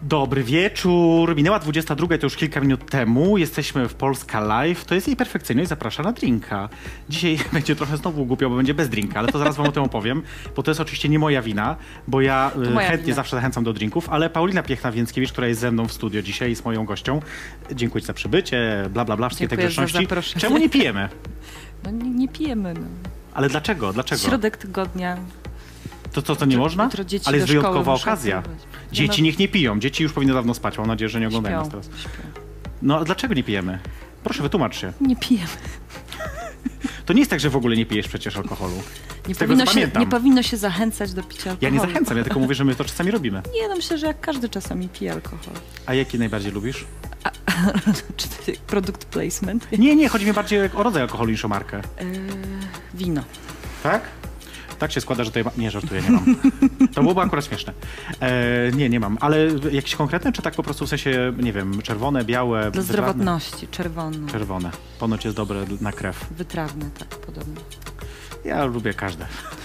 Dobry wieczór. Minęła 22, to już kilka minut temu. Jesteśmy w Polska Live. To jest jej perfekcyjność, zaprasza na drinka. Dzisiaj będzie trochę znowu głupio, bo będzie bez drinka, ale to zaraz wam o tym opowiem, bo to jest oczywiście nie moja wina, bo ja chętnie zawsze zachęcam do drinków, ale Paulina Piechna-Więckiewicz, która jest ze mną w studio dzisiaj, jest moją gością. Dziękuję ci za przybycie, bla, bla, bla, wszystkie te grzeczności. Czemu nie pijemy? No nie pijemy, no. Ale dlaczego? Dlaczego? Środek tygodnia. To nie można? Ale jest wyjątkowa okazja. Dzieci niech nie piją. Dzieci już powinny dawno spać. Mam nadzieję, że nie oglądają nas teraz. Śpią. No a dlaczego nie pijemy? Proszę, wytłumacz się. Nie pijemy. To nie jest tak, że w ogóle nie pijesz przecież alkoholu. Nie powinno się zachęcać do picia alkoholu. Ja nie zachęcam, ja tylko mówię, że my to czasami robimy. Nie, no myślę, że jak każdy czasami pije alkohol. A jaki najbardziej lubisz? Czy to product placement? Nie, chodzi mi bardziej o rodzaj alkoholu niż o markę. Wino. Tak? Tak się składa, że tutaj... Nie, żartuję, nie mam. To byłoby akurat śmieszne. Nie mam. Ale jakieś konkretne, czy tak po prostu w sensie, nie wiem, czerwone, białe, dla wytrawne? Zdrowotności, czerwone. Czerwone. Ponoć jest dobre na krew. Wytrawne, tak, podobno. Ja lubię każde.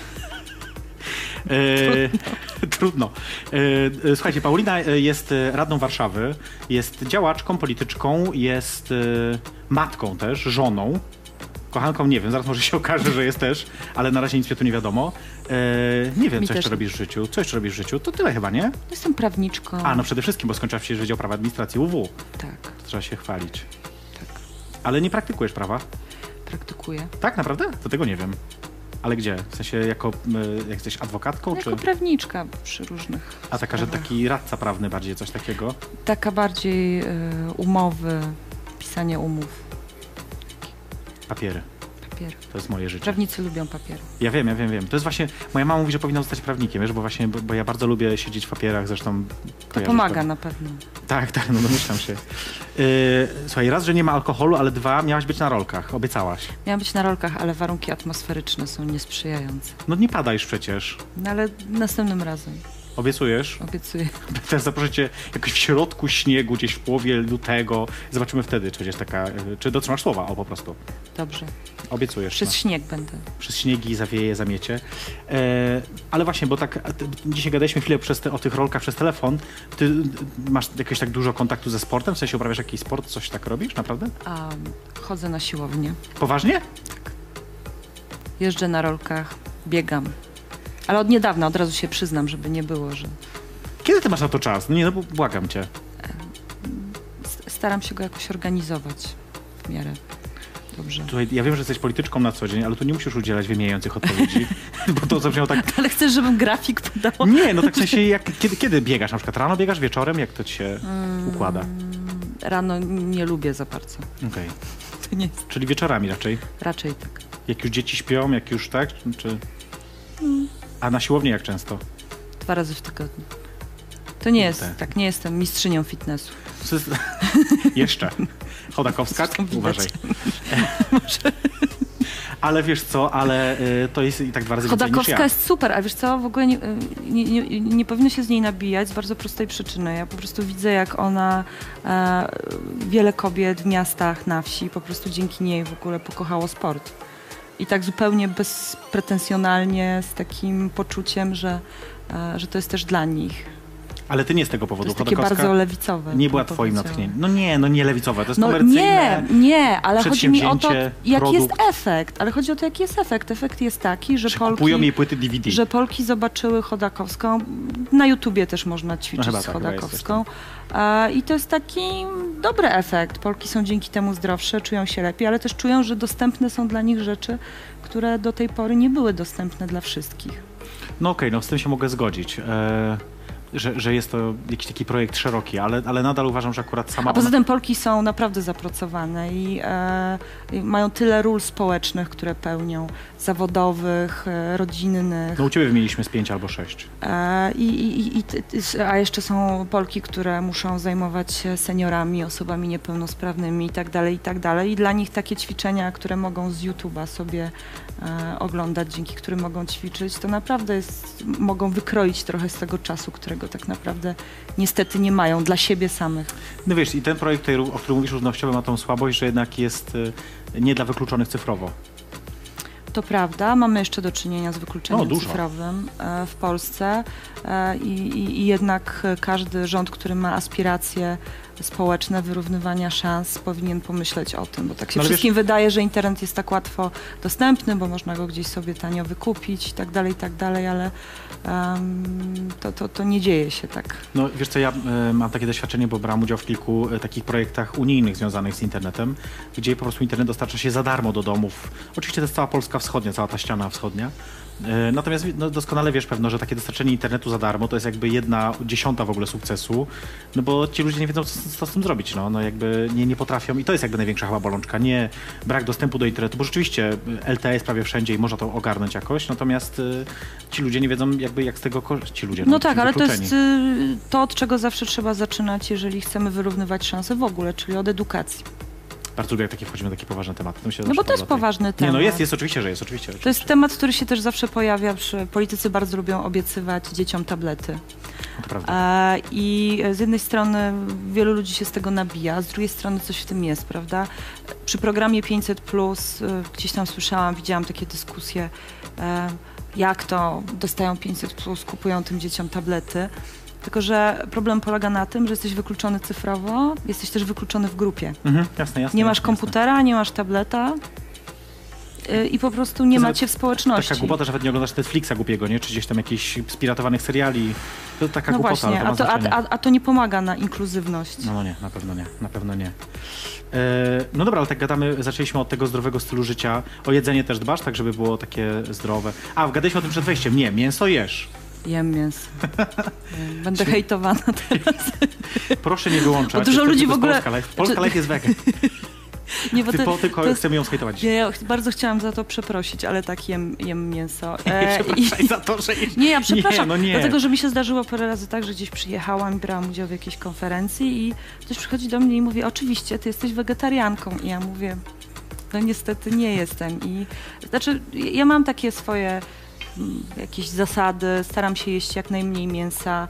Trudno. Słuchajcie, Paulina jest radną Warszawy, jest działaczką, polityczką, jest matką też, żoną. Kochanką nie wiem, zaraz może się okaże, że jest też, ale na razie nic mi tu nie wiadomo. Nie wiem, co jeszcze robisz w życiu. Co jeszcze robisz w życiu? To tyle chyba, nie? Jestem prawniczką. A, no przede wszystkim, bo skończyłaś przecież Wydział Prawa Administracji UW. Tak. To trzeba się chwalić. Tak. Ale nie praktykujesz prawa? Praktykuję. Tak, naprawdę? To tego nie wiem. Ale gdzie? W sensie jak jesteś adwokatką? Jako prawniczka przy różnych A taka, że taki radca prawny bardziej, coś takiego? Taka bardziej umowy, pisanie umów. Papiery. To jest moje życie. Prawnicy lubią papiery. Ja wiem. To jest właśnie... Moja mama mówi, że powinna zostać prawnikiem, wiesz, bo ja bardzo lubię siedzieć w papierach, zresztą... To pomaga na pewno. Tak, no domyślam się. Słuchaj, raz, że nie ma alkoholu, ale dwa, miałaś być na rolkach, obiecałaś. Miałam być na rolkach, ale warunki atmosferyczne są niesprzyjające. No nie pada już przecież. No ale następnym razem. Obiecujesz? Obiecuję. Teraz zaproszę cię jakoś w środku śniegu, gdzieś w połowie lutego. Zobaczymy wtedy, czy jest taka... Czy dotrzymasz słowa, po prostu. Dobrze. Obiecujesz. Przez śnieg będę. Przez śniegi zawieje, zamiecie. Ale właśnie, bo tak dzisiaj gadaliśmy chwilę o tych rolkach przez telefon. Ty masz jakieś tak dużo kontaktu ze sportem? W sensie uprawiasz jakiś sport? Coś tak robisz? Naprawdę? Chodzę na siłownię. Poważnie? Tak. Jeżdżę na rolkach, biegam. Ale od niedawna, od razu się przyznam, żeby nie było, że... Kiedy ty masz na to czas? No błagam cię. Staram się go jakoś organizować w miarę dobrze. Słuchaj, ja wiem, że jesteś polityczką na co dzień, ale tu nie musisz udzielać wymijających odpowiedzi, bo to zabrzmiało tak... Ale chcesz, żebym grafik podała? Nie, no tak w sensie, kiedy biegasz? Na przykład rano biegasz, wieczorem? Jak to ci się układa? Rano nie lubię za bardzo. Okej. To nie jest... Czyli wieczorami raczej? Raczej tak. Jak już dzieci śpią, jak już tak? Czy... A na siłowni jak często? 2 razy w tygodniu. To nie jest, tak, nie jestem mistrzynią fitnessu. Jeszcze. Chodakowska? Uważaj. Ale wiesz co, to jest i tak 2 razy więcej niż ja. Chodakowska jest super, a wiesz co, w ogóle nie powinno się z niej nabijać z bardzo prostej przyczyny. Ja po prostu widzę, jak ona, wiele kobiet w miastach, na wsi, po prostu dzięki niej w ogóle pokochało sport. I tak zupełnie bezpretensjonalnie, z takim poczuciem, że to jest też dla nich. Ale ty nie z tego powodu. To jest takie bardzo lewicowe. Nie była twoim natchnieniem. No nie lewicowe, to jest komercyjne. Nie, ale chodzi mi o to, jaki produkt. jest efekt. Ale chodzi o to, jaki jest efekt. Efekt jest taki, że kupują jej płyty DVD. Że Polki zobaczyły Chodakowską. Na YouTubie też można ćwiczyć z Chodakowską. I to jest taki dobry efekt. Polki są dzięki temu zdrowsze, czują się lepiej, ale też czują, że dostępne są dla nich rzeczy, które do tej pory nie były dostępne dla wszystkich. No okej, z tym się mogę zgodzić. Że jest to jakiś taki projekt szeroki, ale nadal uważam, że akurat sama... A poza tym Polki są naprawdę zapracowane i mają tyle ról społecznych, które pełnią, zawodowych, rodzinnych. No u ciebie wymieniliśmy z 5 albo 6. A jeszcze są Polki, które muszą zajmować się seniorami, osobami niepełnosprawnymi i tak dalej. I dla nich takie ćwiczenia, które mogą z YouTube'a sobie oglądać, dzięki którym mogą ćwiczyć, to naprawdę mogą wykroić trochę z tego czasu, którego tak naprawdę niestety nie mają dla siebie samych. No wiesz, i ten projekt, o którym mówisz, równościowy, ma tą słabość, że jednak jest nie dla wykluczonych cyfrowo. To prawda, mamy jeszcze do czynienia z wykluczeniem dużo. cyfrowym w Polsce i jednak każdy rząd, który ma aspiracje społeczne, wyrównywania szans, powinien pomyśleć o tym, bo tak się Ale wszystkim wydaje, że internet jest tak łatwo dostępny, bo można go gdzieś sobie tanio wykupić i tak dalej, ale to nie dzieje się tak. No wiesz co, ja mam takie doświadczenie, bo brałem udział w kilku takich projektach unijnych związanych z internetem, gdzie po prostu internet dostarcza się za darmo do domów. Oczywiście to jest cała Polska wschodnia, cała ta ściana wschodnia. Natomiast doskonale wiesz pewno, że takie dostarczenie internetu za darmo to jest jakby 1/10 w ogóle sukcesu, no bo ci ludzie nie wiedzą, co z tym zrobić, no jakby nie potrafią i to jest jakby największa chyba bolączka, nie brak dostępu do internetu, bo rzeczywiście LTE jest prawie wszędzie i można to ogarnąć jakoś, natomiast ci ludzie nie wiedzą jakby jak z tego korzystać, ci ludzie. No tak, ci ale to wykluczeni. jest to, od czego zawsze trzeba zaczynać, jeżeli chcemy wyrównywać szanse w ogóle, czyli od edukacji. Bardzo lubię, jak wchodzimy w takie poważne tematy. No bo to jest poważny temat. Nie, no jest, oczywiście, że jest, oczywiście. To jest temat, który się też zawsze pojawia, politycy bardzo lubią obiecywać dzieciom tablety. No to prawda. I z jednej strony wielu ludzi się z tego nabija, z drugiej strony coś w tym jest, prawda? Przy programie 500+, gdzieś tam słyszałam, widziałam takie dyskusje, jak to dostają 500+, kupują tym dzieciom tablety. Tylko że problem polega na tym, że jesteś wykluczony cyfrowo, jesteś też wykluczony w grupie. Jasne. Nie masz komputera, nie masz tableta i po prostu nie macie w społeczności. Taka głupota, że nawet nie oglądasz Netflixa głupiego, nie? Czy gdzieś tam jakichś spiratowanych seriali. To taka no głupota, właśnie, ale to ma znaczenie. a to nie pomaga na inkluzywność. No nie, na pewno nie. No dobra, ale tak gadamy, zaczęliśmy od tego zdrowego stylu życia. O jedzenie też dbasz, tak żeby było takie zdrowe. Gadaliśmy o tym przed wejściem. Nie, mięso jesz. Jem mięso. Będę hejtowana teraz. Proszę nie wyłączać. Bo dużo ludzi w ogóle... Polska Life jest wegan. Nie, bo tylko chcemy ją zhejtować. Ja bardzo chciałam za to przeprosić, ale tak jem mięso. Przepraszaj za to, że... Nie, ja przepraszam, nie. Dlatego, że mi się zdarzyło parę razy tak, że gdzieś przyjechałam i brałam udział w jakiejś konferencji i ktoś przychodzi do mnie i mówi, oczywiście, ty jesteś wegetarianką. I ja mówię, no niestety nie jestem. Znaczy, ja mam takie swoje jakieś zasady, staram się jeść jak najmniej mięsa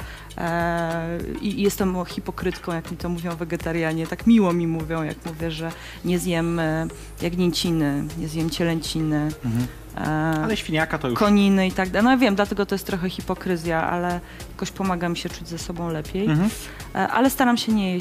i jestem hipokrytką, jak mi to mówią wegetarianie. Tak miło mi mówią, jak mówię, że nie zjem jagnięciny, nie zjem cielęciny. Ale świniaka to już... Koniny i tak dalej. No wiem, dlatego to jest trochę hipokryzja, ale jakoś pomaga mi się czuć ze sobą lepiej. Ale staram się nie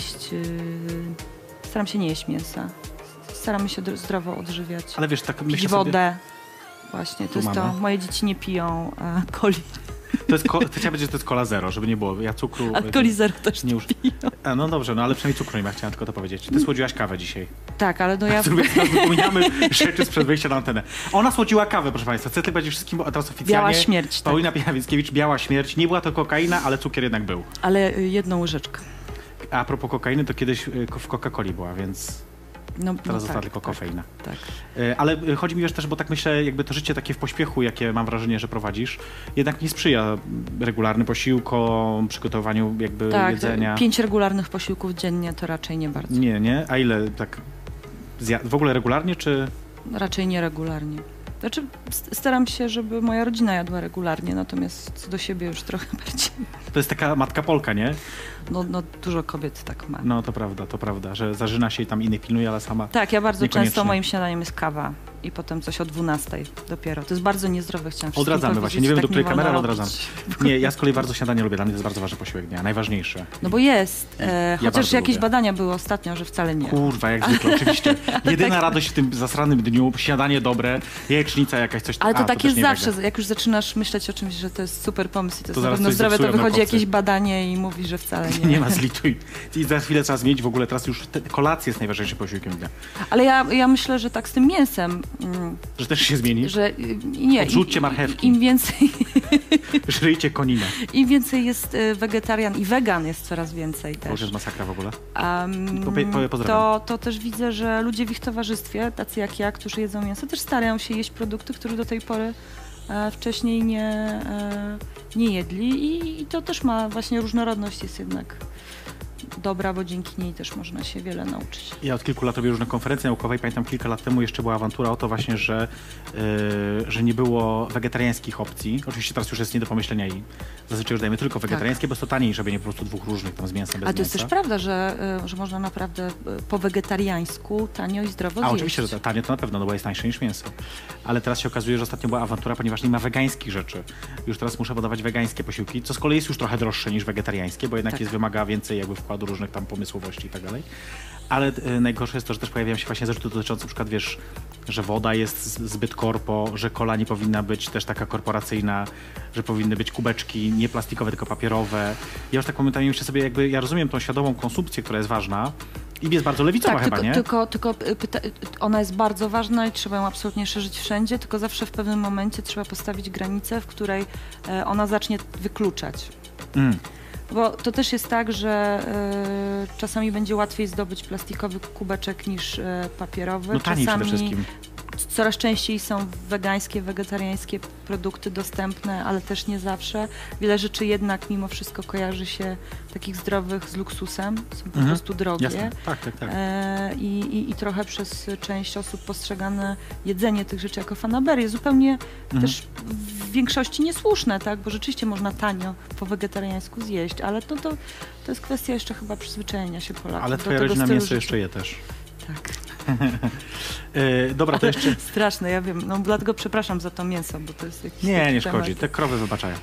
jeść mięsa. Staramy się zdrowo odżywiać. Ale wiesz, tak pić wodę. Właśnie, to jest to. Moje dzieci nie piją coli. To jest chciałem powiedzieć, że to jest cola zero, żeby nie było. Ja cukru... A coli zero też nie piją. No dobrze, no ale przynajmniej cukru nie ma, chciałem tylko to powiedzieć. Ty słodziłaś kawę dzisiaj. Tak, ale no ja... Wypominamy rzeczy sprzed wyjścia na antenę. Ona słodziła kawę, proszę Państwa. Chcę tylko powiedzieć wszystkim, a teraz oficjalnie... Biała śmierć, tak. Paulina Pijawieckiewicz, biała śmierć. Nie była to kokaina, ale cukier jednak był. Ale jedną łyżeczkę. A propos kokainy, to kiedyś w Coca-Coli była, więc... Teraz została tylko kofeina. Tak. Ale chodzi mi też, bo tak myślę, jakby to życie takie w pośpiechu, jakie mam wrażenie, że prowadzisz, jednak nie sprzyja regularnym posiłkom, przygotowaniu jakby jedzenia. 5 regularnych posiłków dziennie to raczej nie bardzo. Nie? A ile tak w ogóle regularnie, czy? Raczej nieregularnie. Znaczy staram się, żeby moja rodzina jadła regularnie, natomiast co do siebie już trochę bardziej. To jest taka matka Polka, nie? No dużo kobiet tak ma. No to prawda, że zażyna się i tam innych pilnuje, ale sama tak, ja bardzo często moim śniadaniem jest kawa i potem coś o 12 dopiero. To jest bardzo niezdrowe, chciałam odradzamy właśnie, nie wiem, do której kamery, ale odradzam. Nie, ja z kolei bardzo śniadanie lubię, dla mnie to jest bardzo ważny posiłek dnia, najważniejszy. No bo jest, chociaż jakieś badania były ostatnio, że wcale nie. Kurwa, jak zwykle, oczywiście. Jedyna radość w tym zasranym dniu, śniadanie dobre, jajecznica jakaś, coś... Ale to tak jest zawsze, jak już zaczynasz myśleć o czymś, że to jest super pomysł i to jest na pewno zdrowe, to wychodzi jakieś badanie i mówi, że wcale nie. Nie ma, zlituj. I za chwilę trzeba zmienić w ogóle, teraz już kolacja jest najważniejszym posiłkiem dnia. Ale ja myślę, że tak z tym mięsem... Że też się zmieni? Że nie. Odrzućcie marchewki. Im więcej... Żyjcie koninę. Im więcej jest wegetarian i wegan jest coraz więcej też. To już jest masakra w ogóle. To też widzę, że ludzie w ich towarzystwie, tacy jak ja, którzy jedzą mięso, też starają się jeść produkty, które do tej pory wcześniej nie jedli i to też ma właśnie różnorodność jest jednak dobra, bo dzięki niej też można się wiele nauczyć. Ja od kilku lat robię różne konferencje naukowe i pamiętam kilka lat temu jeszcze była awantura o to właśnie, że nie było wegetariańskich opcji. Oczywiście teraz już jest nie do pomyślenia i zazwyczaj już dajemy tylko wegetariańskie, bo jest to taniej, żeby nie po prostu dwóch różnych tam z mięsem, bez A to jest mięsa. też prawda, że można naprawdę po wegetariańsku tanio i zdrowo zjeść. Oczywiście, że tanio to na pewno, no bo jest tańsze niż mięso. Ale teraz się okazuje, że ostatnio była awantura, ponieważ nie ma wegańskich rzeczy. Już teraz muszę podawać wegańskie posiłki, co z kolei jest już trochę droższe niż wegetariańskie, bo jednak wymaga więcej jakby wkładu różnych tam pomysłowości i tak dalej. Ale najgorsze jest to, że też pojawiają się właśnie zarzuty dotyczące na przykład, wiesz, że woda jest zbyt korpo, że kola nie powinna być też taka korporacyjna, że powinny być kubeczki nie plastikowe, tylko papierowe. Ja już tak momentami myślę sobie, jakby ja rozumiem tą świadomą konsumpcję, która jest ważna i jest bardzo lewicowa chyba, nie? Tylko ona jest bardzo ważna i trzeba ją absolutnie szerzyć wszędzie, tylko zawsze w pewnym momencie trzeba postawić granicę, w której ona zacznie wykluczać. Bo to też jest tak, że czasami będzie łatwiej zdobyć plastikowy kubeczek niż papierowy. No taniej czasami przede wszystkim. coraz częściej są wegańskie, wegetariańskie produkty dostępne, ale też nie zawsze. Wiele rzeczy jednak mimo wszystko kojarzy się takich zdrowych z luksusem, są po prostu drogie. Jasne. Tak. I trochę przez część osób postrzegane jedzenie tych rzeczy jako fanaberie zupełnie też w większości niesłuszne, tak? Bo rzeczywiście można tanio po wegetariańsku zjeść, ale to jest kwestia jeszcze chyba przyzwyczajenia się Polaków. Ale do twoja tego rodzina stylu mięso życia. jeszcze je też. Tak. Dobra, to jeszcze... Straszne, ja wiem. No dlatego przepraszam za to mięso, bo to jest jakiś Nie taki szkodzi. temat. Te krowy wybaczają.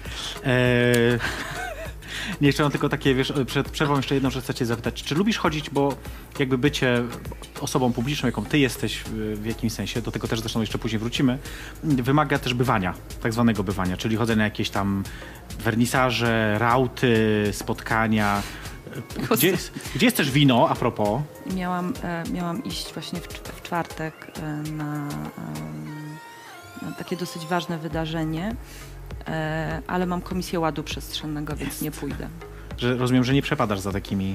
Nie, jeszcze mam tylko takie, wiesz, przed przerwą jeszcze jedną rzecz chcę cię zapytać. Czy lubisz chodzić, bo jakby bycie osobą publiczną, jaką ty jesteś w jakimś sensie, do tego też zresztą jeszcze później wrócimy, wymaga też bywania, tak zwanego bywania, czyli chodzenia na jakieś tam wernisaże, rauty, spotkania. Gdzie jest też wino, a propos? Miałam iść właśnie w czwartek na takie dosyć ważne wydarzenie, ale mam komisję ładu przestrzennego, więc nie pójdę. Rozumiem, że nie przepadasz za takimi...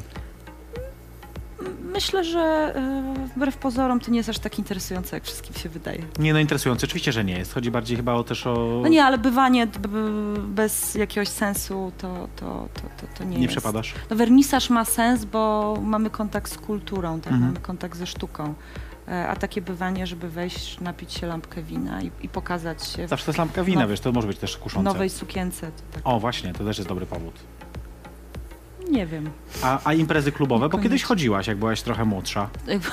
Myślę, że wbrew pozorom to nie jest aż tak interesujące, jak wszystkim się wydaje. Nie, no interesujące. Oczywiście, że nie jest. Chodzi bardziej chyba też o... No nie, ale bywanie bez jakiegoś sensu to nie jest. Nie przepadasz? No wernisaż ma sens, bo mamy kontakt z kulturą, tak? Mamy kontakt ze sztuką. A takie bywanie, żeby wejść, napić się lampkę wina i pokazać się Zawsze to jest lampka wina, wiesz, to może być też w kuszące. nowej sukience. To tak. O, właśnie, to też jest dobry powód. Nie wiem. A imprezy klubowe? Bo kiedyś chodziłaś, jak byłaś trochę młodsza.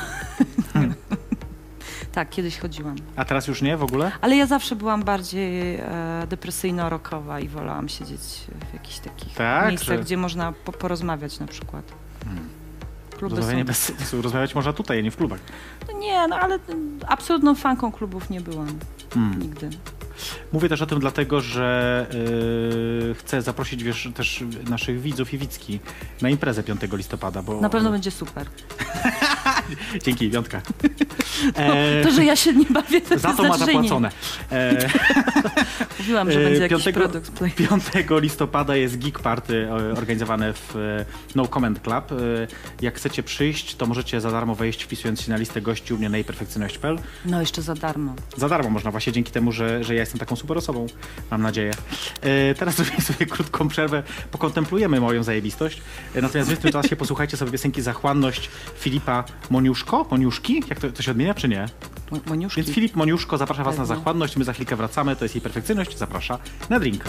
Tak, kiedyś chodziłam. A teraz już nie w ogóle? Ale ja zawsze byłam bardziej depresyjno-rockowa i wolałam siedzieć w jakichś takich miejscach, gdzie można porozmawiać na przykład. Kluby Rozmawianie są... bez sensu. Rozmawiać można tutaj, a nie w klubach. No nie, no ale absolutną fanką klubów nie byłam. Nigdy. Mówię też o tym dlatego, że chcę zaprosić, wiesz, też naszych widzów i widzki na imprezę 5 listopada, bo... Na pewno będzie super. Dzięki, Piątka. To, że ja się nie bawię, to za to ma zapłacone. Mówiłam, że będzie jakiś produkt. 5 listopada jest Geek Party organizowane w No Comment Club. Jak chcecie przyjść, to możecie za darmo wejść, wpisując się na listę gości u mnie na jejperfekcyjność.pl. No jeszcze za darmo. Za darmo można, właśnie dzięki temu, że ja jestem taką super osobą, mam nadzieję. Teraz zrobimy sobie krótką przerwę, pokontemplujemy moją zajebistość. Natomiast wy w tym czasie posłuchajcie sobie piosenki Zachłanność Filipa Moniuszki? Jak to się odmienia, czy nie? Moniuszki. Więc Filip Moniuszko zaprasza was na Zachłanność, my za chwilkę wracamy, to jest jej perfekcyjność, zaprasza na drinka.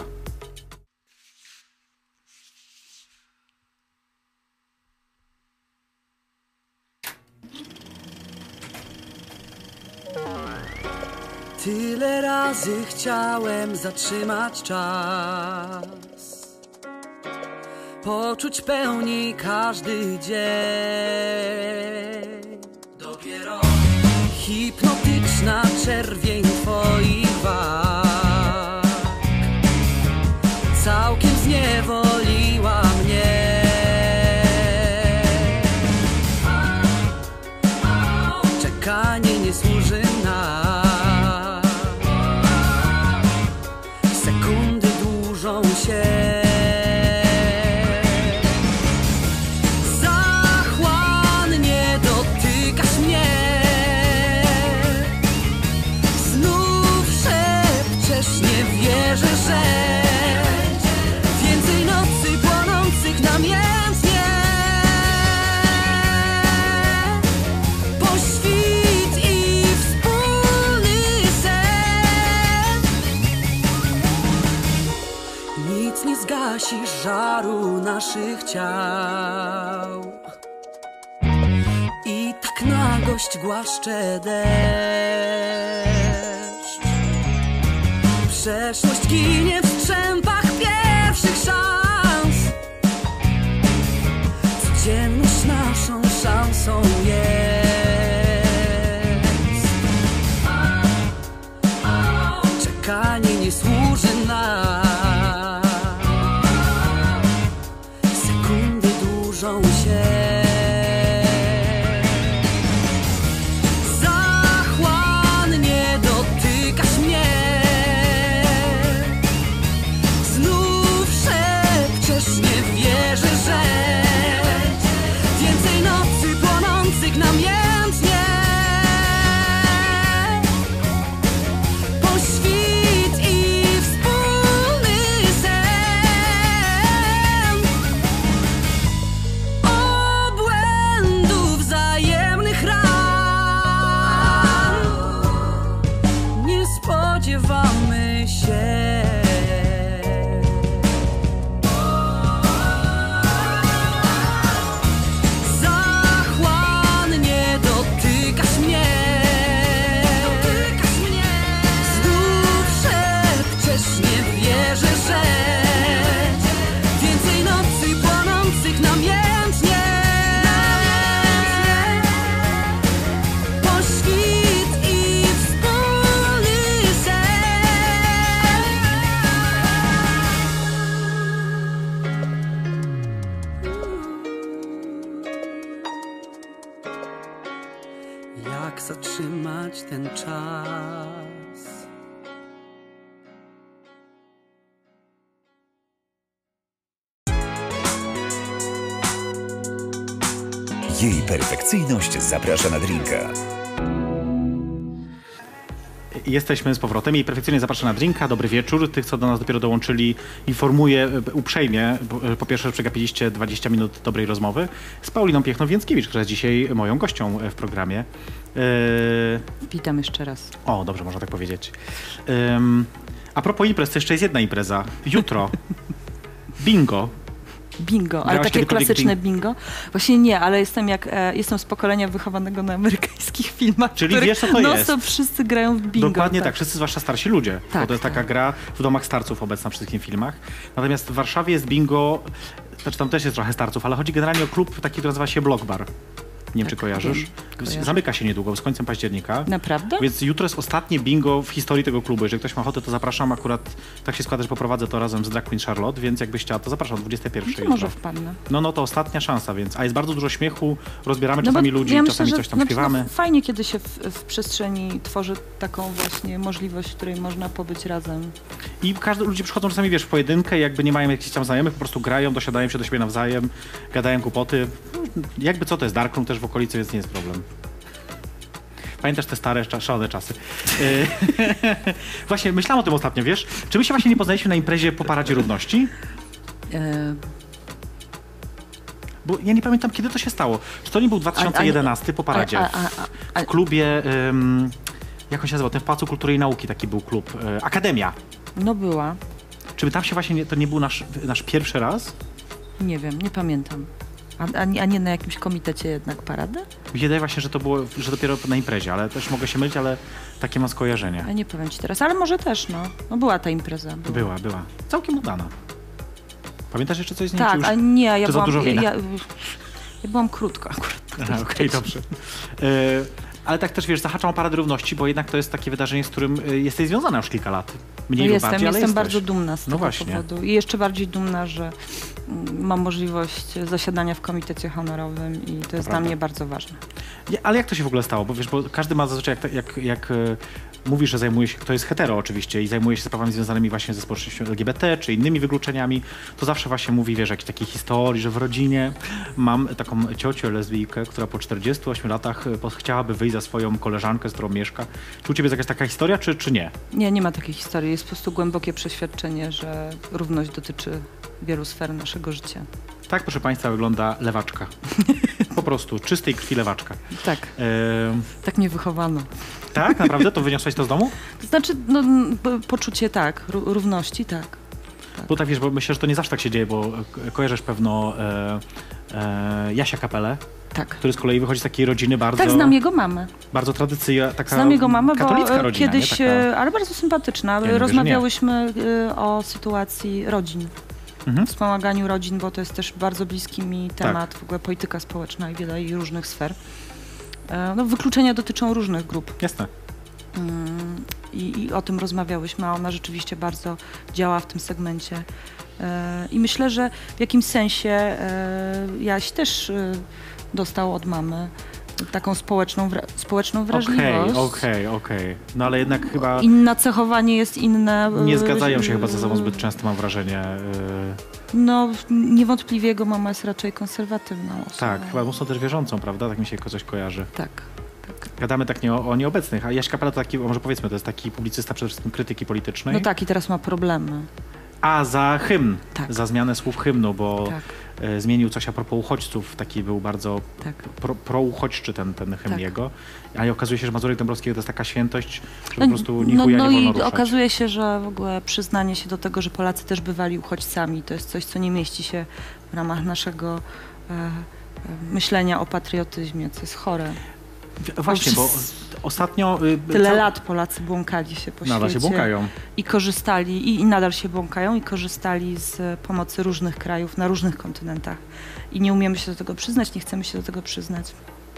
Tyle razy chciałem zatrzymać czas, poczuć pełni każdy dzień. Dopiero hipnotyczna czerwień twoich warg całkiem zniewoliła mnie. Czekanie nie służy nam, sekundy dłużą się. Zachłannie dotykasz mnie, znów przebywasz naszych ciał. I tak na gość głaszcze deszcz. Przeszłość ginie w strzępach pierwszych szans. Codzienność naszą szansą jest. Czekanie nie służy nam. Sekundy dłużą się. Zachłannie dotykasz mnie. Znów szepczesz, nie wierzę, że więcej nocy płonących namiętnie. Po świt i wspólny sen. Obłędów wzajemnych ran nie spodziewamy się. Zachłannie dotykasz mnie. Znów szepczesz, nie wierzę, że więcej nocy płonących namiętnie. Po świt i wspólny sen. Jak zatrzymać ten czas? Jej perfekcyjność zaprasza na drinka. Jesteśmy z powrotem i perfekcyjnie zapraszam na drinka. Dobry wieczór. Tych, co do nas dopiero dołączyli, informuję uprzejmie. Po pierwsze, że przegapiliście 20 minut dobrej rozmowy z Pauliną Piechno-Więckiewicz, która jest dzisiaj moją gością w programie. Witam jeszcze raz. O, dobrze, można tak powiedzieć. A propos imprez, to jeszcze jest jedna impreza. Jutro. Bingo. Bingo, ale Grałaś takie kiedykolwiek klasyczne bingo? Właśnie nie, ale jestem z pokolenia wychowanego na amerykańskich filmach, Czyli wiesz, co to jest? non-stop wszyscy grają w bingo. Dokładnie tak, wszyscy zwłaszcza starsi ludzie, bo Tak, to jest taka tak. gra w domach starców obecna w wszystkich filmach. Natomiast w Warszawie jest bingo, znaczy tam też jest trochę starców, ale chodzi generalnie o klub taki, który nazywa się Block Bar. Nie wiem, czy kojarzysz. kojarzę. Zamyka się niedługo, z końcem października. Naprawdę? Więc jutro jest ostatnie bingo w historii tego klubu. Jeżeli ktoś ma ochotę, to zapraszam. Akurat tak się składa, że poprowadzę to razem z Drag Queen Charlotte, więc jakbyś chciała, to zapraszam o 21 To jutro. może wpadnę. No to ostatnia szansa, więc. A jest bardzo dużo śmiechu, rozbieramy No czasami bo ludzi, ja czasami myślę, coś tam że, śpiewamy. Fajnie, kiedy się w przestrzeni tworzy taką właśnie możliwość, w której można pobyć razem. I ludzie przychodzą czasami, wiesz, w pojedynkę, jakby nie mają jakichś tam znajomych, po prostu grają, dosiadają się do siebie nawzajem, gadają głupoty. Jakby co, to jest darkroom też w okolicy, więc nie jest problem. Pamiętasz te stare, szalone czasy. Właśnie, myślałam o tym ostatnio, wiesz? Czy my się właśnie nie poznaliśmy na imprezie po Paradzie Równości? Bo ja nie pamiętam, kiedy to się stało. Czy to nie był 2011 po paradzie? W klubie, jak on się nazywał? Ten w Pałacu Kultury i Nauki taki był klub. Akademia. No była. Czy tam się właśnie, to nie był nasz pierwszy raz? Nie wiem, nie pamiętam. A nie na jakimś komitecie jednak parady? Mi się wydaje właśnie, że to było, że dopiero na imprezie, ale też mogę się mylić, ale takie mam skojarzenie. Ja nie powiem ci teraz, ale może też, no. No była ta impreza. Była. Całkiem udana. Pamiętasz jeszcze coś z niej? Tak, już, a nie, ja czy za byłam, dużo wina? ja byłam krótko akurat. Aha, okej, dobrze. Ale tak też, wiesz, zahaczam o Paradę Równości, bo jednak to jest takie wydarzenie, z którym jesteś związana już kilka lat. Mniej lub bardziej, ale Jestem jesteś. bardzo dumna z tego właśnie. powodu. I jeszcze bardziej dumna, że mam możliwość zasiadania w komitecie honorowym i to jest prawda. dla mnie bardzo ważne. Ale jak to się w ogóle stało? Bo wiesz, bo każdy ma zazwyczaj, jak mówi, że zajmuje się, kto jest hetero oczywiście i zajmuje się sprawami związanymi właśnie ze społecznością LGBT czy innymi wykluczeniami, to zawsze właśnie mówi, wiesz, jakiejś takiej historii, że w rodzinie mam taką ciocię lesbijkę, która po 48 latach chciałaby wyjść za swoją koleżankę, z którą mieszka. Czy u ciebie jest jakaś taka historia, czy nie? Nie ma takiej historii. Jest po prostu głębokie przeświadczenie, że równość dotyczy wielu sfer naszego życia. Tak, proszę państwa, wygląda lewaczka. Po prostu, czystej krwi lewaczka. Tak, tak mnie wychowano. Tak? Naprawdę? To wyniosłeś to z domu? To znaczy, no, poczucie tak, równości, tak. Bo tak wiesz, bo myślę, że to nie zawsze tak się dzieje, bo kojarzysz pewno Jasia Kapelę, Tak. który z kolei wychodzi z takiej rodziny bardzo... Tak, znam jego mamę. Bardzo tradycyjna, taka Znam jego mamę, katolicka bo rodzina, kiedyś, nie? Taka... ale bardzo sympatyczna. Ja nie mówię, że Rozmawiałyśmy o sytuacji rodzin, Mhm. wspomaganiu rodzin, bo to jest też bardzo bliski mi temat, w ogóle polityka społeczna i wiele jej różnych sfer. No, wykluczenia dotyczą różnych grup. Jasne. I o tym rozmawiałyśmy, a ona rzeczywiście bardzo działa w tym segmencie. I myślę, że w jakimś sensie Jaś też dostał od mamy taką społeczną wrażliwość. Okej. No ale jednak chyba I nacechowanie jest inne. nie zgadzają się chyba ze sobą zbyt często, mam wrażenie. No niewątpliwie jego mama jest raczej konserwatywną osobą. Tak, chyba mocno też wierzącą, prawda? Tak mi się coś kojarzy. Tak. Gadamy tak nie o nieobecnych, a Jaś Kapela to taki, może powiedzmy, to jest taki publicysta przede wszystkim krytyki politycznej. No tak, i teraz ma problemy. A za hymn, Tak. za zmianę słów hymnu, bo Tak. zmienił coś a propos uchodźców, taki był bardzo Tak. prouchodźczy ten hymn Tak. jego. A i okazuje się, że Mazurek Dąbrowskiego to jest taka świętość, że po prostu ni chuja nie no wolno i ruszać. okazuje się, że w ogóle przyznanie się do tego, że Polacy też bywali uchodźcami, to jest coś, co nie mieści się w ramach naszego myślenia o patriotyzmie, co jest chore. Właśnie, bo ostatnio... Tyle lat Polacy błąkali się po Nadal świecie. się błąkają. I korzystali, i nadal się błąkają, i korzystali z pomocy różnych krajów na różnych kontynentach. I nie umiemy się do tego przyznać, nie chcemy się do tego przyznać.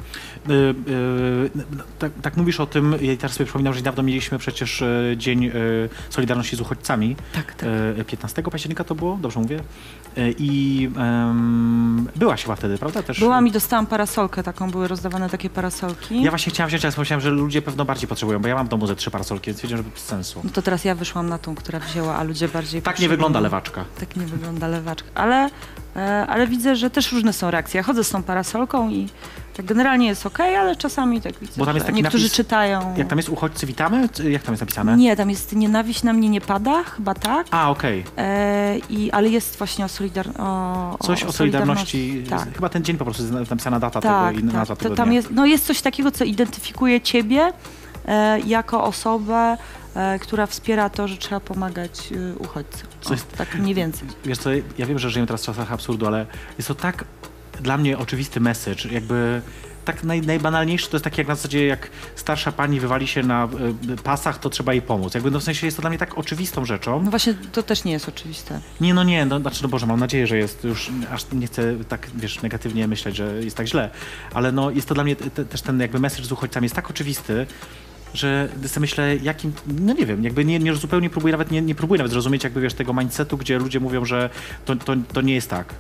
Tak mówisz o tym, ja teraz sobie przypominam, że niedawno mieliśmy przecież Dzień Solidarności z Uchodźcami. Tak. 15 października to było? Dobrze mówię? I byłaś chyba wtedy, prawda? Też... Byłam i dostałam parasolkę taką, były rozdawane takie parasolki. Ja właśnie chciałam wziąć, ale pomyślałem, że ludzie pewno bardziej potrzebują, bo ja mam w domu ze 3 parasolki, więc wiedziałem, że bez sensu. No to teraz ja wyszłam na tą, która wzięła, a ludzie bardziej Tak nie potrzebują. wygląda lewaczka. Tak nie wygląda lewaczka. Ale widzę, że też różne są reakcje. Ja chodzę z tą parasolką i tak generalnie jest okej, ale czasami tak widzę, Bo tam jest że taki niektórzy napis, czytają. Jak tam jest uchodźcy witamy? Jak tam jest napisane? Nie, tam jest nienawiść na mnie nie pada, chyba tak. A, okej. Ale jest właśnie Coś o Solidarności. Tak. Chyba ten dzień po prostu jest napisana data Tak, tego i nazwa tak. tego Tam dnia. jest coś takiego, co identyfikuje ciebie jako osobę, która wspiera to, że trzeba pomagać uchodźcom. Tak mniej więcej. Wiesz co, ja wiem, że żyjemy teraz w czasach absurdu, ale jest to tak dla mnie oczywisty message, jakby tak najbanalniejszy to jest taki jak na zasadzie, jak starsza pani wywali się na pasach, to trzeba jej pomóc. Jakby no w sensie jest to dla mnie tak oczywistą rzeczą. No właśnie, to też nie jest oczywiste. Nie, znaczy no Boże, mam nadzieję, że jest już, aż nie chcę tak, wiesz, negatywnie myśleć, że jest tak źle, ale no jest to dla mnie też ten jakby message z uchodźcami jest tak oczywisty, że sobie myślę, jakim, no nie wiem, jakby nie zupełnie próbuję nie próbuję nawet zrozumieć jakby, wiesz, tego mindsetu, gdzie ludzie mówią, że to nie jest tak.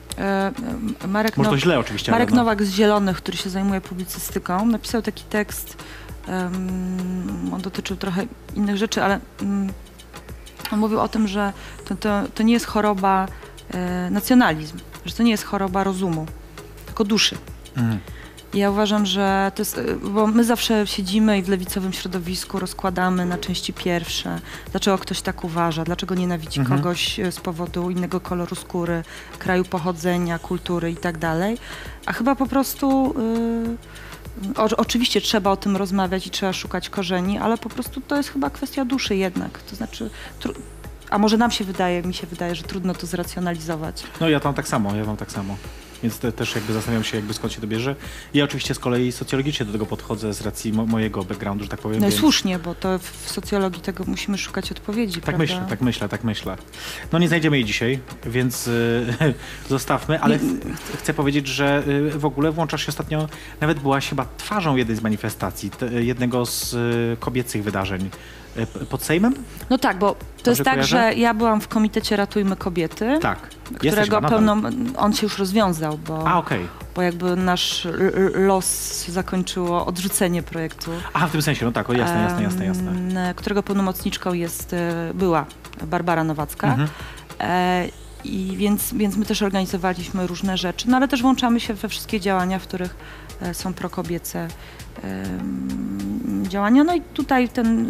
Może to źle oczywiście. Marek ale no. Nowak z Zielonych, który się zajmuje publicystyką, napisał taki tekst, on dotyczył trochę innych rzeczy, ale on mówił o tym, że to nie jest choroba nacjonalizm, że to nie jest choroba rozumu, tylko duszy. I ja uważam, że to jest, bo my zawsze siedzimy i w lewicowym środowisku rozkładamy na części pierwsze, dlaczego ktoś tak uważa, dlaczego nienawidzi kogoś z powodu innego koloru skóry, kraju pochodzenia, kultury i tak dalej. A chyba po prostu, oczywiście trzeba o tym rozmawiać i trzeba szukać korzeni, ale po prostu to jest chyba kwestia duszy jednak. To znaczy, a może mi się wydaje, że trudno to zracjonalizować. No ja mam tak samo. Więc też jakby zastanawiam się, jakby skąd się to bierze. Ja oczywiście z kolei socjologicznie do tego podchodzę z racji mojego backgroundu, że tak powiem. No i więc... słusznie, bo to w socjologii tego musimy szukać odpowiedzi, Tak prawda? myślę. No nie znajdziemy jej dzisiaj, więc zostawmy, ale chcę powiedzieć, że w ogóle włączasz się ostatnio, nawet byłaś chyba twarzą jednej z manifestacji, jednego z kobiecych wydarzeń. Pod Sejmem? No tak, bo to jest tak, kojarzę? że ja byłam w Komitecie Ratujmy Kobiety, Tak. którego on się już rozwiązał, bo jakby nasz los zakończyło odrzucenie projektu. Aha, w tym sensie, no tak, jasne. Którego pełnomocniczką była Barbara Nowacka. I więc my też organizowaliśmy różne rzeczy, no ale też włączamy się we wszystkie działania, w których są prokobiece działania. No i tutaj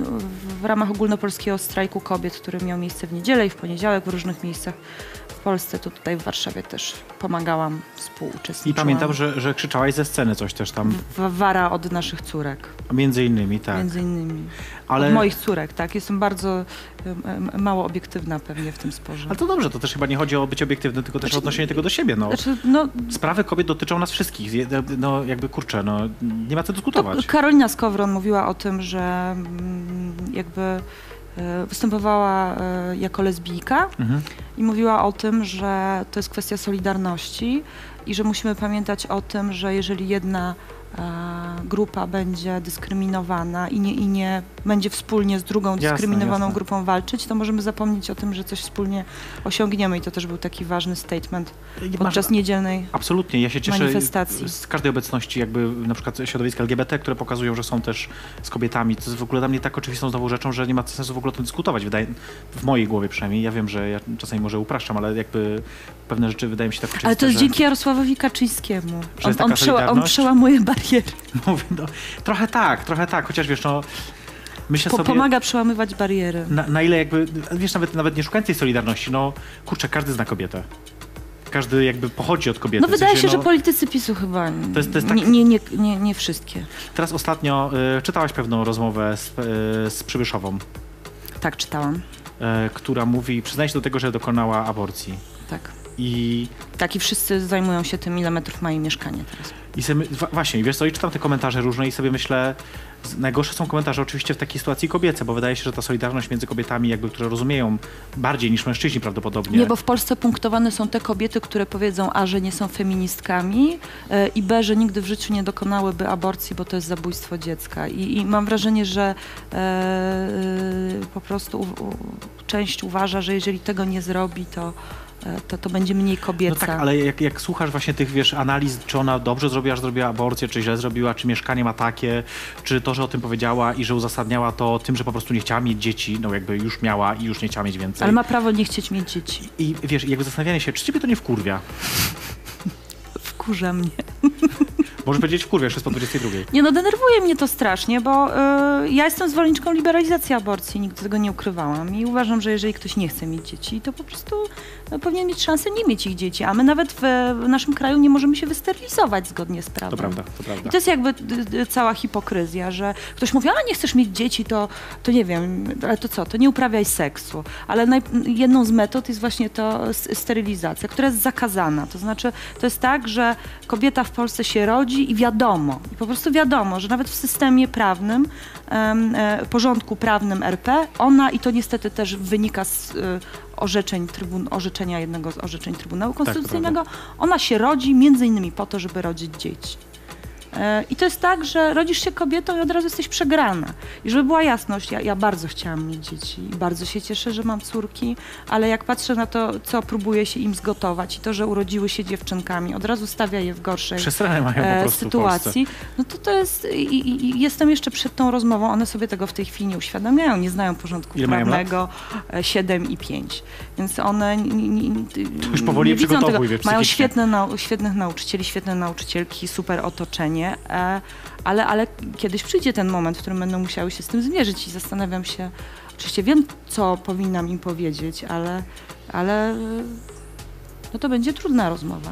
w ramach ogólnopolskiego strajku kobiet, który miał miejsce w niedzielę i w poniedziałek w różnych miejscach w Polsce, to tutaj w Warszawie też pomagałam, współuczestniczyłam. I pamiętam, że krzyczałaś ze sceny coś też tam. Wara od naszych córek. Między innymi, tak. Między innymi. Ale... Od moich córek, tak. Jestem bardzo mało obiektywna pewnie w tym sporze. Ale to dobrze, to też chyba nie chodzi o bycie obiektywnym, tylko też o odnoszenie tego do siebie. No. Sprawy kobiet dotyczą nas wszystkich. No jakby kurczę, no nie ma co dyskutować. Karolina Skowron mówiła o tym, że jakby występowała jako lesbijka i mówiła o tym, że to jest kwestia solidarności i że musimy pamiętać o tym, że jeżeli jedna grupa będzie dyskryminowana i nie będzie wspólnie z drugą dyskryminowaną grupą walczyć, to możemy zapomnieć o tym, że coś wspólnie osiągniemy i to też był taki ważny statement podczas niedzielnej absolutnie, ja się cieszę manifestacji. Z każdej obecności jakby na przykład środowisk LGBT, które pokazują, że są też z kobietami. To jest w ogóle dla mnie tak oczywistą znowu rzeczą, że nie ma sensu w ogóle o tym dyskutować. W mojej głowie przynajmniej. Ja wiem, że ja czasami może upraszczam, ale jakby pewne rzeczy wydaje mi się tak oczywiste. Ale to jest dzięki Jarosławowi Kaczyńskiemu. On on przełamuje bariery. Mówię, no, trochę tak, chociaż wiesz, no myślę sobie... Pomaga przełamywać bariery. Na ile jakby, wiesz, nawet nie szukając tej solidarności, no kurczę, każdy zna kobietę. Każdy jakby pochodzi od kobiety. No wydaje się, że politycy PiS-u chyba to jest tak... nie wszystkie. Teraz ostatnio czytałaś pewną rozmowę z Przybyszową. Tak, czytałam. Która mówi, przyznaje się do tego, że dokonała aborcji. Tak. I wszyscy zajmują się tym, ile metrów ma jej mieszkanie teraz. I sobie, właśnie, wiesz co, i czytam te komentarze różne i sobie myślę, najgorsze są komentarze oczywiście w takiej sytuacji kobiece, bo wydaje się, że ta solidarność między kobietami, jakby, które rozumieją bardziej niż mężczyźni prawdopodobnie. Nie, bo w Polsce punktowane są te kobiety, które powiedzą A, że nie są feministkami i B, że nigdy w życiu nie dokonałyby aborcji, bo to jest zabójstwo dziecka. I mam wrażenie, że po prostu część uważa, że jeżeli tego nie zrobi, to będzie mniej kobieca. No tak, ale jak słuchasz właśnie tych, wiesz, analiz, czy ona dobrze zrobiła, że zrobiła aborcję, czy źle zrobiła, czy mieszkanie ma takie, czy to, że o tym powiedziała i że uzasadniała to tym, że po prostu nie chciała mieć dzieci, no jakby już miała i już nie chciała mieć więcej. Ale ma prawo nie chcieć mieć dzieci. I wiesz, jakby zastanawianie się, czy ciebie to nie wkurwia? Wkurza mnie. Możesz powiedzieć wkurwia, już jest po 22. Nie no, denerwuje mnie to strasznie, bo ja jestem zwolenniczką liberalizacji aborcji, nigdy tego nie ukrywałam i uważam, że jeżeli ktoś nie chce mieć dzieci, to po prostu powinien mieć szansę nie mieć ich dzieci, a my nawet w naszym kraju nie możemy się wysterylizować zgodnie z prawem. To prawda. I to jest jakby cała hipokryzja, że ktoś mówi, a nie chcesz mieć dzieci, to nie wiem, ale to co, to nie uprawiaj seksu. Ale jedną z metod jest właśnie to sterylizacja, która jest zakazana. To znaczy, to jest tak, że kobieta w Polsce się rodzi i po prostu wiadomo, że nawet w systemie prawnym, porządku prawnym RP, ona, i to niestety też wynika z orzeczenia jednego z orzeczeń Trybunału Konstytucyjnego, ona się rodzi między innymi po to, żeby rodzić dzieci. I to jest tak, że rodzisz się kobietą i od razu jesteś przegrana. I żeby była jasność, ja bardzo chciałam mieć dzieci i bardzo się cieszę, że mam córki, ale jak patrzę na to, co próbuję się im zgotować i to, że urodziły się dziewczynkami, od razu stawia je w gorszej sytuacji, no to jest... I jestem jeszcze przed tą rozmową, one sobie tego w tej chwili nie uświadamiają, nie znają porządku prawnego, 7 i 5. Więc one już powoli nie widzą tego. Wiesz, mają świetnych nauczycieli, świetne nauczycielki, super otoczenie, ale kiedyś przyjdzie ten moment, w którym będą musiały się z tym zmierzyć i zastanawiam się, oczywiście wiem, co powinnam im powiedzieć, ale no to będzie trudna rozmowa.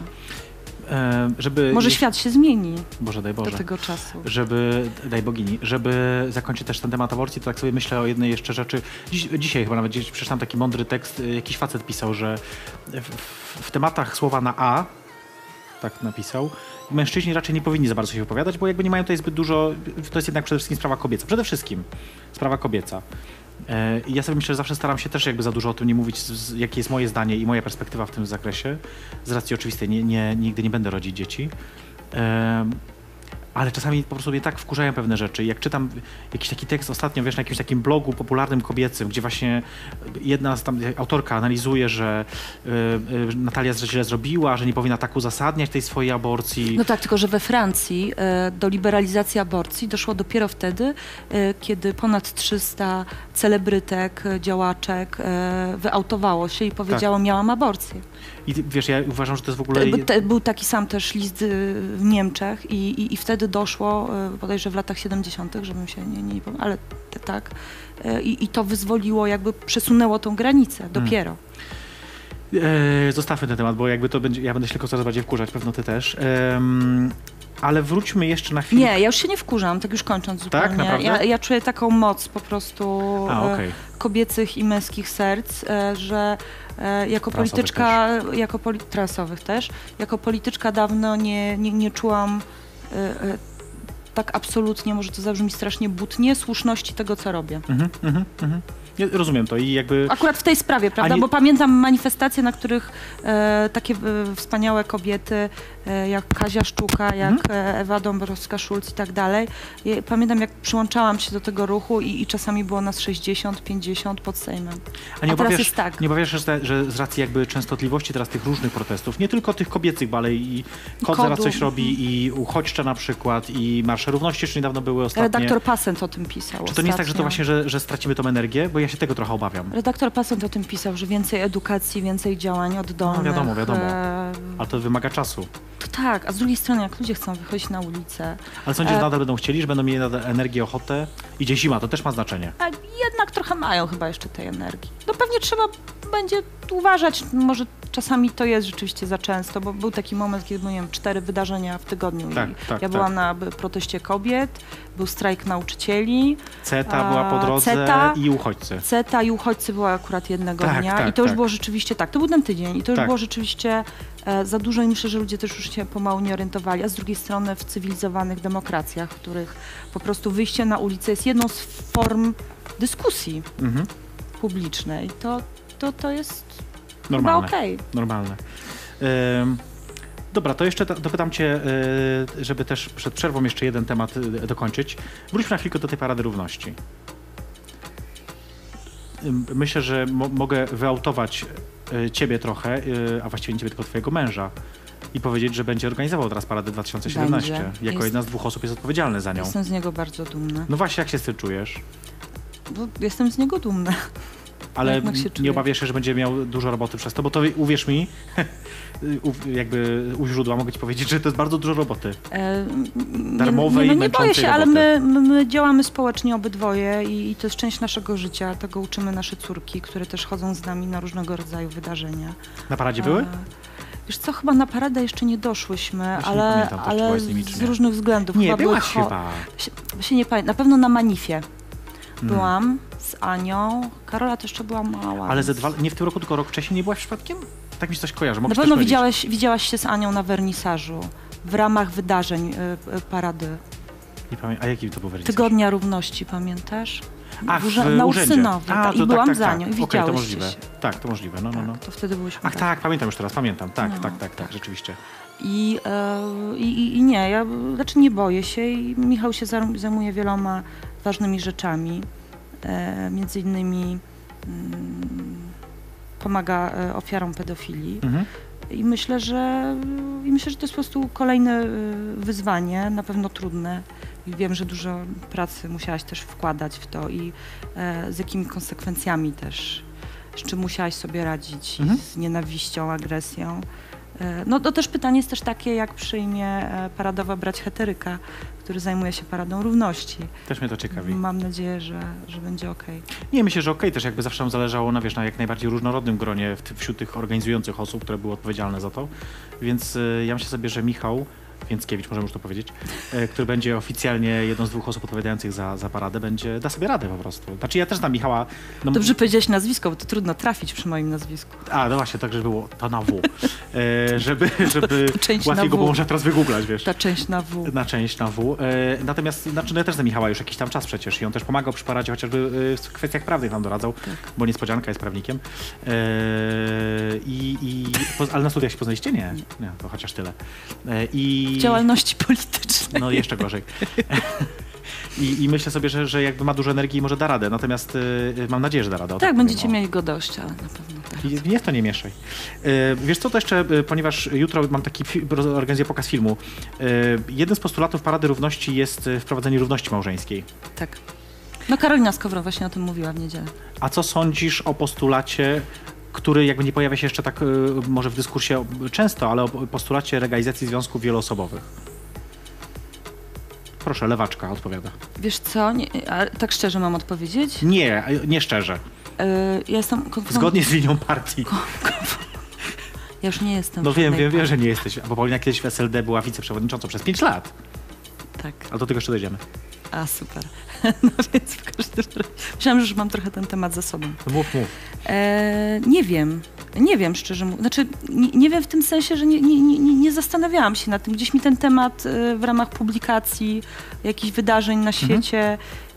Może świat się zmieni. Boże, daj Boże. Do tego czasu. Daj bogini, żeby zakończyć też ten temat aborcji, to tak sobie myślę o jednej jeszcze rzeczy. Dzisiaj chyba nawet gdzieś przeczytałem taki mądry tekst, jakiś facet pisał, że w tematach słowa na A, tak napisał, mężczyźni raczej nie powinni za bardzo się wypowiadać, bo jakby nie mają tutaj zbyt dużo, to jest jednak przede wszystkim sprawa kobieca. Przede wszystkim sprawa kobieca. I ja sobie myślę, że zawsze staram się też jakby za dużo o tym nie mówić, jakie jest moje zdanie i moja perspektywa w tym zakresie. Z racji oczywistej nigdy nie będę rodzić dzieci. Ale czasami po prostu mnie tak wkurzają pewne rzeczy. Jak czytam jakiś taki tekst ostatnio, wiesz, na jakimś takim blogu popularnym kobiecym, gdzie właśnie jedna z tam autorka analizuje, że Natalia źle zrobiła, że nie powinna tak uzasadniać tej swojej aborcji. No tak, tylko że we Francji do liberalizacji aborcji doszło dopiero wtedy, kiedy ponad 300 celebrytek, działaczek wyautowało się i powiedziało, miałam aborcję. I wiesz, ja uważam, że to jest w ogóle... Był taki sam też list w Niemczech i wtedy doszło, bodajże w latach 70., żebym się nie pomyliła, ale tak. I to wyzwoliło, jakby przesunęło tą granicę dopiero. Zostawmy ten temat, bo jakby to będzie, ja będę się tylko coraz bardziej wkurzać, pewno ty też. Ale wróćmy jeszcze na chwilę. Nie, ja już się nie wkurzam, tak już kończąc zupełnie. Tak, naprawdę? Ja czuję taką moc po prostu kobiecych i męskich serc, że jako polityczka, transowych też, jako polityczka dawno nie czułam tak absolutnie, może to zabrzmi strasznie butnie, słuszności tego, co robię. Ja rozumiem to i jakby... Akurat w tej sprawie, prawda? Bo pamiętam manifestacje, na których takie wspaniałe kobiety jak Kazia Szczuka, jak Ewa Dąbrowska-Szulc i tak dalej. Pamiętam, jak przyłączałam się do tego ruchu i czasami było nas 60, 50 pod Sejmem. A teraz jest tak. Nie obawiasz się, że z racji jakby częstotliwości teraz tych różnych protestów, nie tylko tych kobiecych, bo ale i KOD zaraz coś robi, i Uchodźcze na przykład, i Marsze Równości jeszcze niedawno były ostatnie. Redaktor Pasent o tym pisał. Czy to nie jest tak, że to właśnie, że stracimy tą energię? Bo ja się tego trochę obawiam. Redaktor Pasent o tym pisał, że więcej edukacji, więcej działań oddolnych. No wiadomo. Ale to wymaga czasu. To tak, a z drugiej strony, jak ludzie chcą wychodzić na ulicę... Ale sądzisz, że nadal będą chcieli, że będą mieli nadal energię, ochotę? Idzie zima, to też ma znaczenie. A jednak trochę mają chyba jeszcze tej energii. No pewnie trzeba będzie uważać, może czasami to jest rzeczywiście za często, bo był taki moment, kiedy, nie wiem, 4 wydarzenia w tygodniu. Ja byłam na proteście kobiet, był strajk nauczycieli. CETA była po drodze i uchodźcy. CETA i uchodźcy była akurat jednego dnia i to już było rzeczywiście tak. To był ten tydzień i to już było rzeczywiście za dużo i myślę, że ludzie też już się pomału nie orientowali, a z drugiej strony w cywilizowanych demokracjach, w których po prostu wyjście na ulicę jest jedną z form dyskusji publicznej, to jest normalne. Chyba okej. Normalne. Dobra, to jeszcze dopytam cię, żeby też przed przerwą jeszcze jeden temat dokończyć. Wróćmy na chwilkę do tej Parady Równości. Myślę, że mogę wyautować ciebie trochę, a właściwie nie ciebie, tylko twojego męża i powiedzieć, że będzie organizował teraz Paradę 2017. Jako jedna z 2 osób jest odpowiedzialny za nią. Jestem z niego bardzo dumna. No właśnie, jak się z tym czujesz? Bo jestem z niego dumna. Ale nie obawiasz się, że będzie miał dużo roboty przez to? Bo to, uwierz mi, jakby u źródła mogę ci powiedzieć, że to jest bardzo dużo roboty. Darmowej i męczącej boję się, roboty. Ale my działamy społecznie obydwoje i to jest część naszego życia. Tego uczymy nasze córki, które też chodzą z nami na różnego rodzaju wydarzenia. Na paradzie były? Wiesz co, chyba na paradę jeszcze nie doszłyśmy, ale z różnych względów. Nie, byłaś chyba. Się nie pamiętam. Na pewno na Manifie byłam z Anią. Karola to jeszcze była mała. Ale nie w tym roku, tylko rok wcześniej nie byłaś przypadkiem? Tak mi się coś kojarzy. Na pewno widziałaś się z Anią na wernisażu w ramach wydarzeń parady. A jaki to był wernisaż? Tygodnia Równości, pamiętasz? Na Ursynowie. I byłam za nią i widziałyście to możliwe. się. Tak, to możliwe. No. To wtedy byłyśmy. Tak, pamiętam już teraz, pamiętam. Tak, rzeczywiście. I nie, ja nie boję się i Michał się zajmuje wieloma ważnymi rzeczami. Między innymi pomaga ofiarom pedofilii. I myślę, że to jest po prostu kolejne wyzwanie, na pewno trudne. I wiem, że dużo pracy musiałaś też wkładać w to i z jakimi konsekwencjami też, z czym musiałaś sobie radzić, z nienawiścią, agresją. No to też pytanie jest też takie, jak przyjmie paradowa brać heteryka, który zajmuje się Paradą Równości. Też mnie to ciekawi. Mam nadzieję, że będzie okej. Nie, myślę, że okej. Też jakby zawsze nam zależało na jak najbardziej różnorodnym gronie wśród tych organizujących osób, które były odpowiedzialne za to. Więc ja myślę sobie, że Michał Więckiewicz, możemy już to powiedzieć, który będzie oficjalnie jedną z 2 osób odpowiadających za paradę, da sobie radę po prostu. Znaczy ja też znam Michała. Dobrze powiedziałeś nazwisko, bo to trudno trafić przy moim nazwisku. No właśnie, tak, żeby było to na W. żeby łatwiej go było można teraz wygooglać, wiesz. Ta część na W. Na część na W. Natomiast ja też znam Michała już jakiś tam czas przecież i on też pomagał przy paradzie, chociażby w kwestiach prawnych nam doradzał, bo niespodzianka jest prawnikiem. Ale na studiach się poznaliście? Nie, to chociaż tyle. W działalności politycznej. No jeszcze gorzej. I myślę sobie, że jakby ma dużo energii i może da radę, natomiast mam nadzieję, że da radę. Tak, będziecie mieli go dość, ale na pewno tak. Niech to nie mieszaj. Wiesz co, to jeszcze, ponieważ jutro mam organizuję pokaz filmu, jeden z postulatów Parady Równości jest wprowadzenie równości małżeńskiej. Tak. No Karolina Skowron właśnie o tym mówiła w niedzielę. A co sądzisz o postulacie który jakby nie pojawia się jeszcze tak może w dyskursie często, ale o postulacie legalizacji związków wieloosobowych. Proszę, lewaczka odpowiada. Wiesz co, a tak szczerze mam odpowiedzieć? Nie szczerze. Ja jestem... Zgodnie z linią partii. Ja już nie jestem. No wiem, że nie jesteś. Bo Paulina kiedyś w SLD była wiceprzewodniczącą przez 5 lat. Tak. Ale do tego jeszcze dojdziemy. A, super. No więc w każdym razie... Myślałam, że już mam trochę ten temat za sobą. Mów. Nie wiem. Nie wiem, szczerze mówiąc. Znaczy, nie wiem w tym sensie, że nie zastanawiałam się nad tym. Gdzieś mi ten temat w ramach publikacji, jakichś wydarzeń na świecie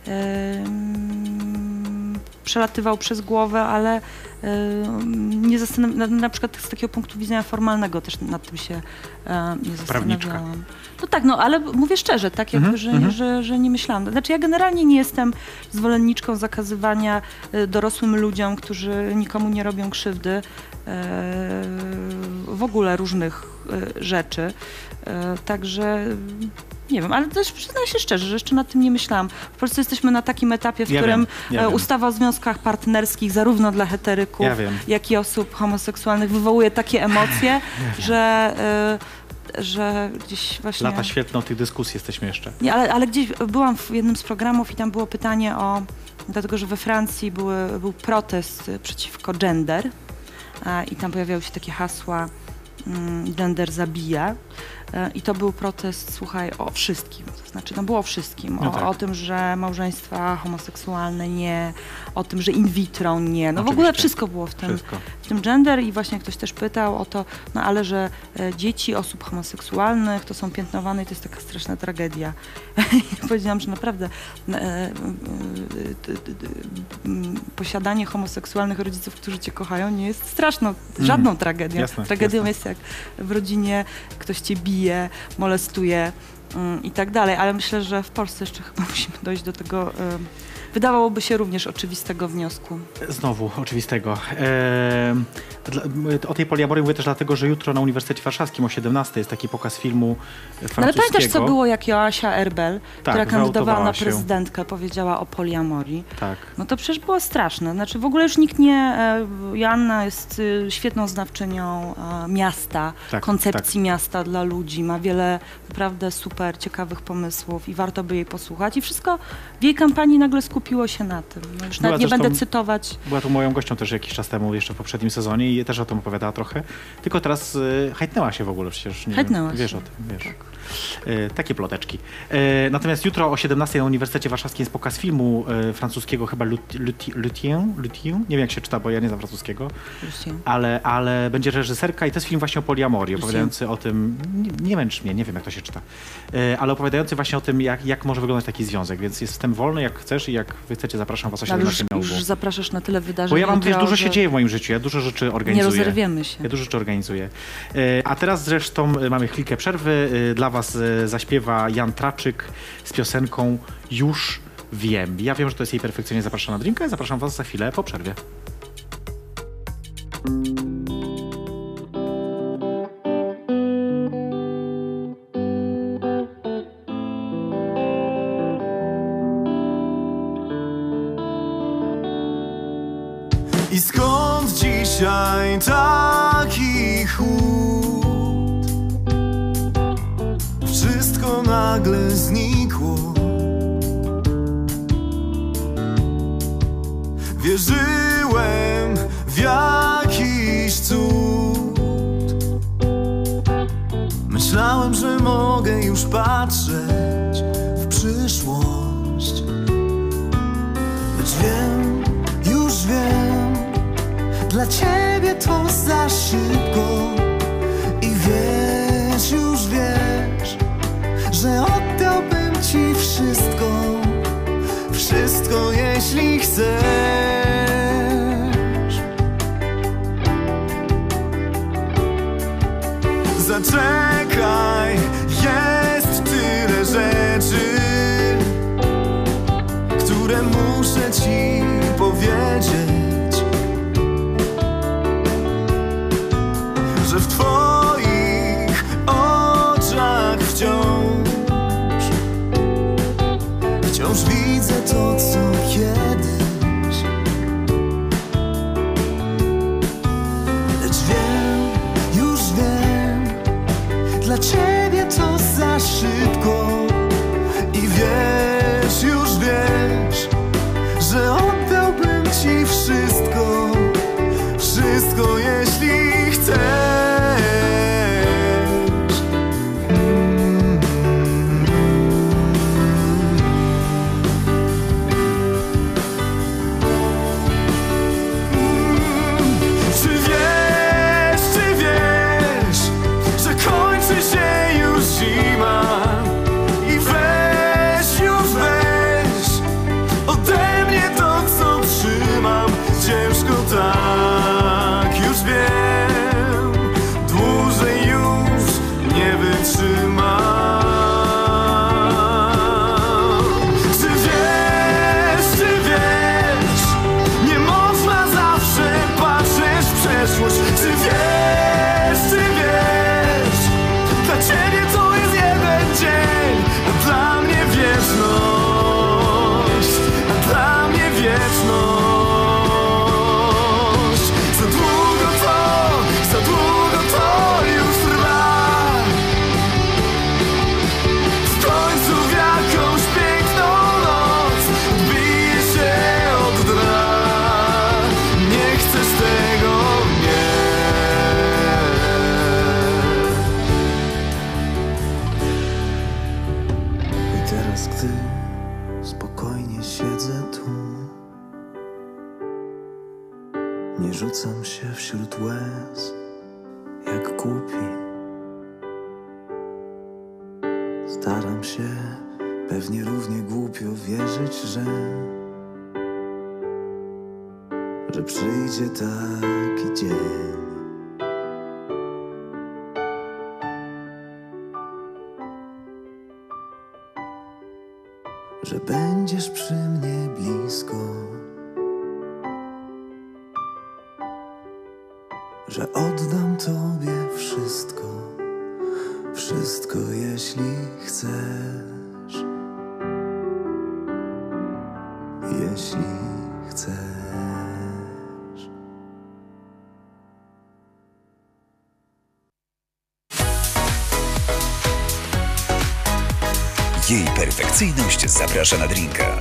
przelatywał przez głowę, ale nie zastanawiałam, na przykład z takiego punktu widzenia formalnego też nad tym się nie zastanawiałam. Prawniczka. No tak, no ale mówię szczerze, tak jakby, że nie myślałam. Znaczy ja generalnie nie jestem zwolenniczką zakazywania dorosłym ludziom, którzy nikomu nie robią krzywdy, w ogóle różnych rzeczy. Także nie wiem, ale też przyznaję się szczerze, że jeszcze nad tym nie myślałam. W Polsce jesteśmy na takim etapie, w którym ustawa o związkach partnerskich zarówno dla heteryków, jak i osób homoseksualnych wywołuje takie emocje, że gdzieś właśnie... Lata świetne tych dyskusji jesteśmy jeszcze. Nie, ale gdzieś byłam w jednym z programów i tam było pytanie dlatego, że we Francji był protest przeciwko gender i tam pojawiały się takie hasła gender zabija. I to był protest, słuchaj, o wszystkim. To znaczy, było o wszystkim. O tym, że małżeństwa homoseksualne nie, o tym, że in vitro nie. No w ogóle wszystko było w tym gender i właśnie ktoś też pytał o to, no ale że dzieci osób homoseksualnych to są piętnowane i to jest taka straszna tragedia. I powiedziałam, że naprawdę posiadanie homoseksualnych rodziców, którzy cię kochają, nie jest straszną, żadną tragedią. Tragedią jest jak w rodzinie ktoś cię bije, molestuje i tak dalej, ale myślę, że w Polsce jeszcze chyba musimy dojść do tego, wydawałoby się również oczywistego wniosku. Znowu oczywistego. O tej poliamorii mówię też dlatego, że jutro na Uniwersytecie Warszawskim o 17 jest taki pokaz filmu francuskiego. No ale pamiętasz, co było, jak Joasia Erbel, która kandydowała na prezydentkę, powiedziała o poliamorii? Tak. No to przecież było straszne. Znaczy w ogóle już nikt nie... Joanna jest świetną znawczynią miasta, koncepcji miasta dla ludzi. Ma wiele naprawdę super ciekawych pomysłów i warto by jej posłuchać. I wszystko w jej kampanii nagle skupiło się na tym. No już nawet nie będę cytować. Była tu moją gością też jakiś czas temu, jeszcze w poprzednim sezonie i też o tym opowiadała trochę. Tylko teraz hejtnęła się w ogóle przecież. Wiesz o tym, wiesz. Tak. Takie ploteczki. Natomiast jutro o 17 na Uniwersytecie Warszawskim jest pokaz filmu francuskiego, chyba Lutien? Nie wiem, jak się czyta, bo ja nie znam francuskiego. Ale będzie reżyserka i to jest film właśnie o poliamorii, opowiadający o tym, nie męcz mnie, nie wiem, jak to się czyta, ale opowiadający właśnie o tym, jak może wyglądać taki związek, więc jest wstęp wolny, jak chcesz i jak wy chcecie, zapraszam was o 17 na UW. Już zapraszasz na tyle wydarzeń. Bo ja mam, wiesz, dużo się dzieje w moim życiu, ja dużo rzeczy organizuję. Nie rozerwiemy się. Ja dużo rzeczy organizuję. A teraz zresztą mamy chwilkę przerwy. Dla was zaśpiewa Jan Traczyk z piosenką Już wiem. Ja wiem, że to jest jej perfekcyjnie zapraszana drinka i zapraszam was za chwilę po przerwie. I skąd dzisiaj taki chłód? Wszystko nagle znikło. Wierzyłem w jakiś cud. Myślałem, że mogę już patrzeć w przyszłość. Lecz wiem, już wiem, dla ciebie to za szybko. I wiesz, już wiesz, że oddałbym ci wszystko. Wszystko, jeśli chcesz. Zaczekaj, jest tyle rzeczy, które muszę ci powiedzieć, że w twoich oczach wciąż widzę to, co kiedyś. Teraz, gdy spokojnie siedzę tu, nie rzucam się wśród łez jak głupi. Staram się pewnie równie głupio wierzyć, że przyjdzie taki dzień. Że będziesz przy mnie blisko, że oddam tobie wszystko, wszystko jeśli chcesz, jeśli chcesz. Jej perfekcyjność zaprasza na drinka.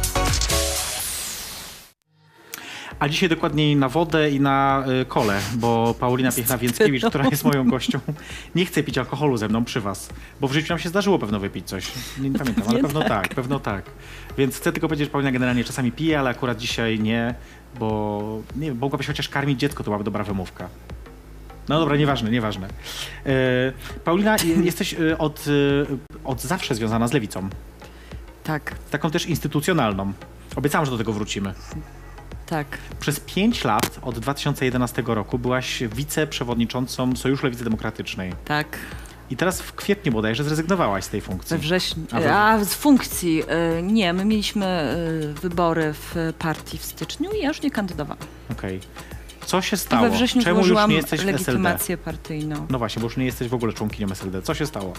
A dzisiaj dokładniej na wodę i na kolę, bo Paulina Piechna-Więckiewicz, która jest moją gością, nie chce pić alkoholu ze mną przy was, bo w życiu nam się zdarzyło pewno wypić coś. Nie pamiętam, ale pewno tak. Więc chcę tylko powiedzieć, że Paulina generalnie czasami pije, ale akurat dzisiaj nie, bo nie wiem, mogłabyś chociaż karmić dziecko, to byłaby dobra wymówka. No dobra, nieważne. Paulina, jesteś od zawsze związana z lewicą. Tak, Taką też instytucjonalną. Obiecałam, że do tego wrócimy. tak. Przez 5 lat, od 2011 roku, byłaś wiceprzewodniczącą Sojuszu Lewicy Demokratycznej. Tak. I teraz w kwietniu bodajże zrezygnowałaś z tej funkcji. We wrześniu. A, Z funkcji. Nie, my mieliśmy wybory w partii w styczniu i ja już nie kandydowałam. Okej. Co się I stało? we wrześniu Czemu już złożyłam nie jesteś w SLD? legitymację partyjną. No właśnie, bo już nie jesteś w ogóle członkinią SLD. Co się stało?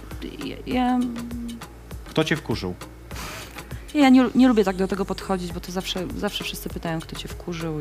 Kto cię wkurzył? Ja nie lubię tak do tego podchodzić, bo to zawsze wszyscy pytają, kto cię wkurzył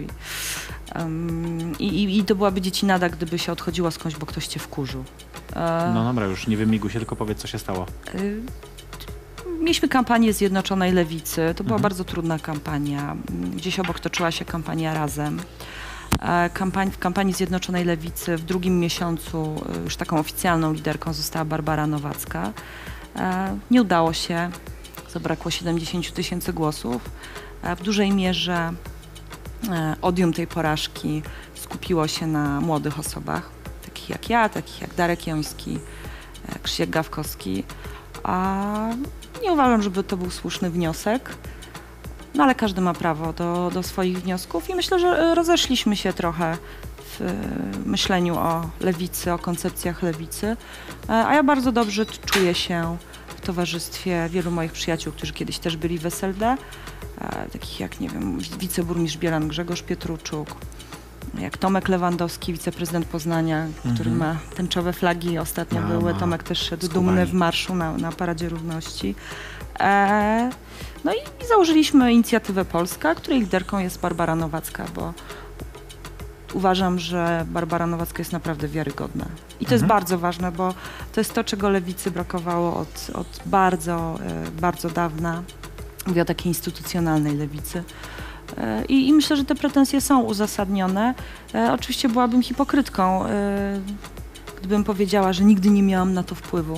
i to byłaby dziecinada, gdyby się odchodziła skądś, bo ktoś cię wkurzył. No dobra, już nie wymiguj się, tylko powiedz, co się stało. Mieliśmy kampanię Zjednoczonej Lewicy. To była bardzo trudna kampania. Gdzieś obok toczyła się kampania Razem. W kampanii Zjednoczonej Lewicy w drugim miesiącu już taką oficjalną liderką została Barbara Nowacka. Nie udało się. Zabrakło 70 000 głosów. W dużej mierze odium tej porażki skupiło się na młodych osobach, takich jak ja, takich jak Darek Joński, Krzysiek Gawkowski. Nie uważam, żeby to był słuszny wniosek, no ale każdy ma prawo do swoich wniosków i myślę, że rozeszliśmy się trochę w myśleniu o lewicy, o koncepcjach lewicy, a ja bardzo dobrze czuję się w towarzystwie wielu moich przyjaciół, którzy kiedyś też byli w SLD, takich jak, nie wiem, wiceburmistrz Bielan Grzegorz Pietruczuk, jak Tomek Lewandowski, wiceprezydent Poznania, który ma tęczowe flagi, ostatnio były. Tomek też szedł dumny w marszu na Paradzie Równości. No i założyliśmy Inicjatywę Polska, której liderką jest Barbara Nowacka, bo uważam, że Barbara Nowacka jest naprawdę wiarygodna. I to jest bardzo ważne, bo to jest to, czego lewicy brakowało od bardzo, bardzo dawna. Mówię o takiej instytucjonalnej lewicy. I myślę, że te pretensje są uzasadnione. Oczywiście byłabym hipokrytką, gdybym powiedziała, że nigdy nie miałam na to wpływu.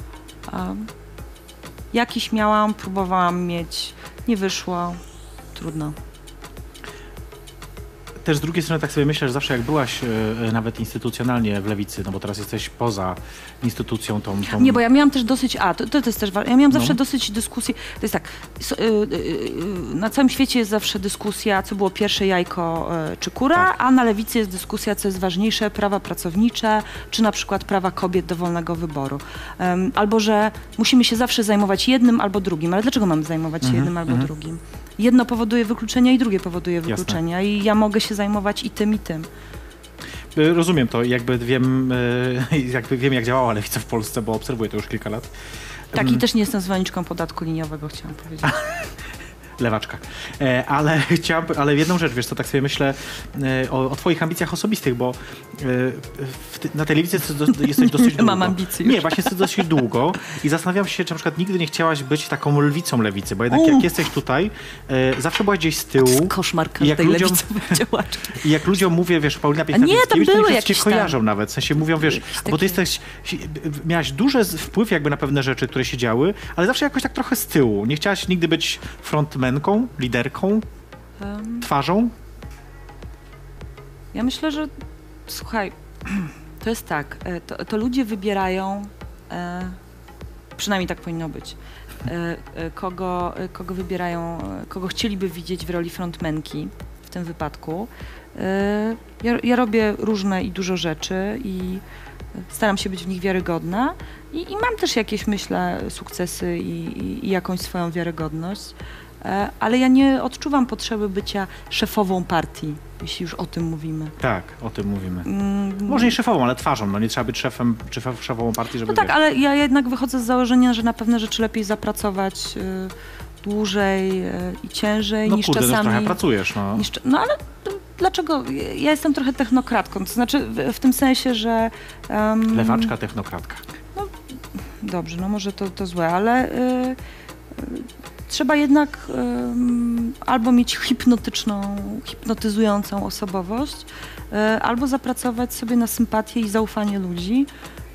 Jakiś miałam, próbowałam mieć, nie wyszło, trudno. Też z drugiej strony tak sobie myślę, że zawsze jak byłaś nawet instytucjonalnie w lewicy, no bo teraz jesteś poza instytucją tą... Nie, bo ja miałam też dosyć, to jest też ważne, ja miałam zawsze dosyć dyskusji, to jest tak, na całym świecie jest zawsze dyskusja, co było pierwsze, jajko czy kura, tak. A na lewicy jest dyskusja, co jest ważniejsze, prawa pracownicze, czy na przykład prawa kobiet do wolnego wyboru. Albo, że musimy się zawsze zajmować jednym albo drugim, ale dlaczego mamy zajmować się jednym albo drugim? Jedno powoduje wykluczenia i drugie powoduje wykluczenia. Jasne. I ja mogę się zajmować i tym, i tym. Rozumiem to, jakby wiem, jak działała lewica w Polsce, bo obserwuję to już kilka lat. Tak, i też nie jestem zwolenniczką podatku liniowego, chciałam powiedzieć. lewaczka. Ale jedną rzecz, wiesz co, tak sobie myślę o twoich ambicjach osobistych, bo na telewizji jesteś dosyć długo. Mam ambicje już. Nie, właśnie jesteś dosyć długo i zastanawiam się, czy na przykład nigdy nie chciałaś być taką lwicą lewicy, bo jednak jak jesteś tutaj, zawsze byłaś gdzieś z tyłu. Koszmar każdej lewicowej działaczki. I jak ludziom mówię, wiesz, Paulina Piechta-Mickiewicz, tam były to nie jakieś cię kojarzą nawet. W sensie mówią, wiesz, bo ty miałaś duży wpływ jakby na pewne rzeczy, które się działy, ale zawsze jakoś tak trochę z tyłu. Nie chciałaś nigdy być frontmenką, liderką, twarzą? Ja myślę, że słuchaj, to jest tak, to ludzie wybierają, przynajmniej tak powinno być, kogo wybierają, kogo chcieliby widzieć w roli frontmenki w tym wypadku. Ja robię różne i dużo rzeczy i staram się być w nich wiarygodna i mam też jakieś, myślę, sukcesy i jakąś swoją wiarygodność, ale ja nie odczuwam potrzeby bycia szefową partii, jeśli już o tym mówimy. Tak, o tym mówimy. Może nie szefową, ale twarzą. No nie trzeba być szefem czy szefową partii, żeby... No tak, ale ja jednak wychodzę z założenia, że na pewne rzeczy lepiej zapracować dłużej i ciężej niż kurde, czasami... No trochę pracujesz, no. No ale dlaczego? Ja jestem trochę technokratką, to znaczy w tym sensie, że... Lewaczka, technokratka. No, dobrze, no może to złe, ale trzeba jednak albo mieć hipnotyzującą osobowość, albo zapracować sobie na sympatię i zaufanie ludzi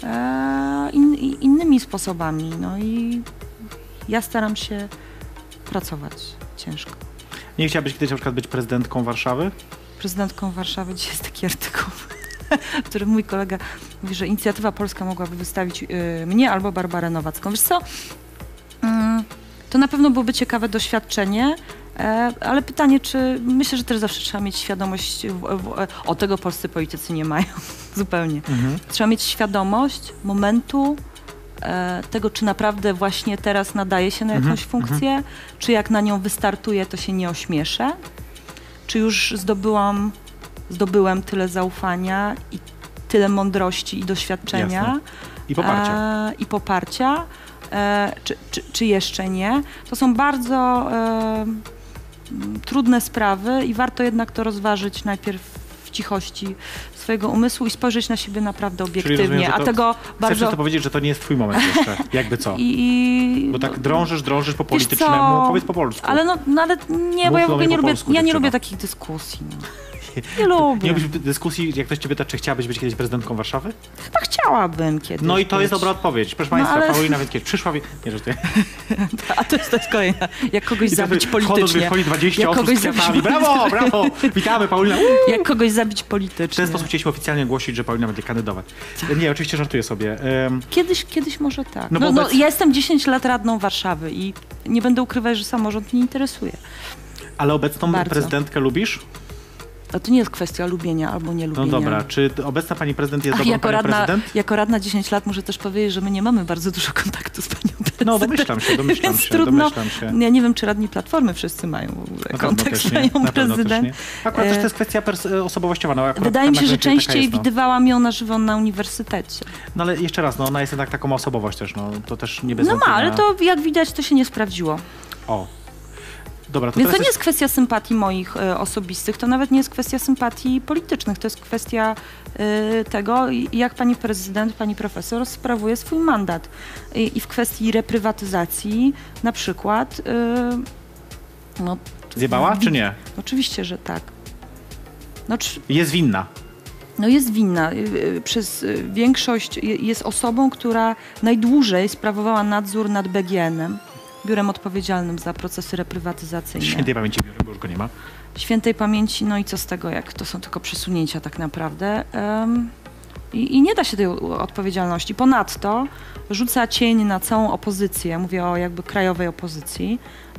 innymi sposobami. No i ja staram się pracować ciężko. Nie chciałabyś kiedyś na przykład być prezydentką Warszawy? Prezydentką Warszawy, dzisiaj jest taki artykuł, w którym mój kolega mówi, że Inicjatywa Polska mogłaby wystawić mnie albo Barbarę Nowacką. Wiesz co, to na pewno byłoby ciekawe doświadczenie, ale pytanie, czy... Myślę, że też zawsze trzeba mieć świadomość, o tego polscy politycy nie mają zupełnie. Trzeba mieć świadomość momentu, tego, czy naprawdę właśnie teraz nadaje się na jakąś funkcję, czy jak na nią wystartuję, to się nie ośmieszę, czy już zdobyłem tyle zaufania i tyle mądrości i doświadczenia. Jasne. I poparcia. Czy jeszcze nie. To są bardzo trudne sprawy i warto jednak to rozważyć najpierw w cichości swojego umysłu i spojrzeć na siebie naprawdę obiektywnie. Czyli rozumiem, a tego bardzo... Chcesz to powiedzieć, że to nie jest twój moment jeszcze, jakby co? Bo tak drążysz po politycznemu, powiedz po polsku. Ale ale nie, bo ja w ogóle nie lubię, lubię takich dyskusji. No. Nie lubię. Nie lubisz dyskusji, jak ktoś cię pyta, czy chciałabyś być kiedyś prezydentką Warszawy? Chyba chciałabym kiedyś. No i to jest dobra odpowiedź. Proszę Państwa, ale... Paulina Wędkiewicz przyszła... Nie, że ty... A to jest kolejna. Jak kogoś zabić politycznie. Wchodzi 20 osób z kwiatami. Brawo, brawo! Witamy, Paulina! Jak kogoś zabić politycznie. W ten sposób chcieliśmy oficjalnie ogłosić, że Paulina będzie kandydować. Nie, oczywiście żartuję sobie. Kiedyś może tak. Ja jestem 10 lat radną Warszawy i nie będę ukrywać, że samorząd mnie interesuje. Ale obecną prezydentkę lubisz? A to nie jest kwestia lubienia albo nie lubienia. No dobra, czy obecna pani prezydent jest dobrą panią prezydent? Jako radna 10 lat muszę też powiedzieć, że my nie mamy bardzo dużo kontaktu z panią prezydent. No domyślam się. Ja nie wiem, czy radni Platformy wszyscy mają w ogóle kontakt z panią prezydent. Akurat też to jest kwestia osobowościowa. No, wydaje mi się, że częściej widywałam ją na żywo na uniwersytecie. No ale jeszcze raz, ona jest jednak taką osobowość też, to też nie bez wątpienia. Ale to jak widać, to się nie sprawdziło. O. Dobra, Więc to nie jest kwestia sympatii moich osobistych, to nawet nie jest kwestia sympatii politycznych, to jest kwestia tego, jak pani prezydent, pani profesor sprawuje swój mandat. I w kwestii reprywatyzacji na przykład... Zjebała, czy nie? Oczywiście, że tak. Jest winna. No jest winna. Przez większość jest osobą, która najdłużej sprawowała nadzór nad BGN-em. Biurem odpowiedzialnym za procesy reprywatyzacyjne. Świętej pamięci biurem, bo już go nie ma. Świętej pamięci, no i co z tego, jak to są tylko przesunięcia tak naprawdę. I nie da się tej odpowiedzialności. Ponadto rzuca cień na całą opozycję, mówię o jakby krajowej opozycji,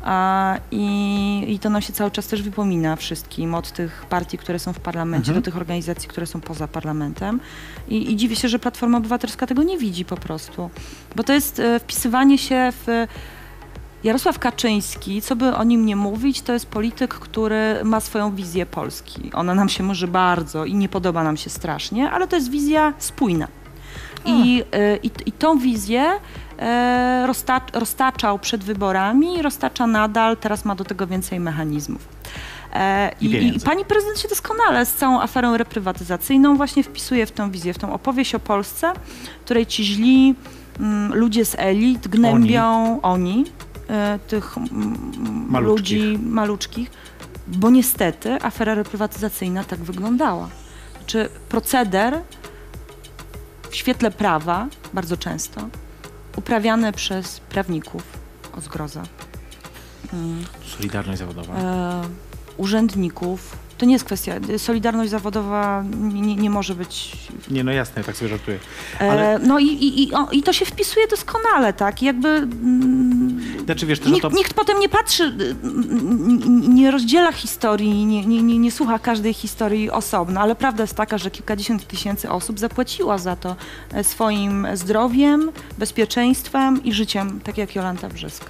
i to nam się cały czas też wypomina wszystkim, od tych partii, które są w parlamencie, do tych organizacji, które są poza parlamentem. I dziwię się, że Platforma Obywatelska tego nie widzi po prostu. Bo to jest wpisywanie się w... Jarosław Kaczyński, co by o nim nie mówić, to jest polityk, który ma swoją wizję Polski. Ona nam się może bardzo i nie podoba nam się strasznie, ale to jest wizja spójna. I tą wizję roztaczał przed wyborami i roztacza nadal, teraz ma do tego więcej mechanizmów. I pani prezydent się doskonale z całą aferą reprywatyzacyjną właśnie wpisuje w tę wizję, w tą opowieść o Polsce, w której ci źli ludzie z elit gnębią tych ludzi maluczkich, bo niestety afera reprywatyzacyjna tak wyglądała. Znaczy proceder w świetle prawa, bardzo często, uprawiany przez prawników, o zgroza. Solidarność zawodowa. Urzędników. To nie jest kwestia, solidarność zawodowa nie może być... Nie, no jasne, tak sobie żartuję. Ale... No i to się wpisuje doskonale, tak? Jakby... Znaczy, wiesz, że nikt potem nie patrzy, nie rozdziela historii, nie słucha każdej historii osobno, ale prawda jest taka, że kilkadziesiąt tysięcy osób zapłaciła za to swoim zdrowiem, bezpieczeństwem i życiem, tak jak Jolanta Brzeska.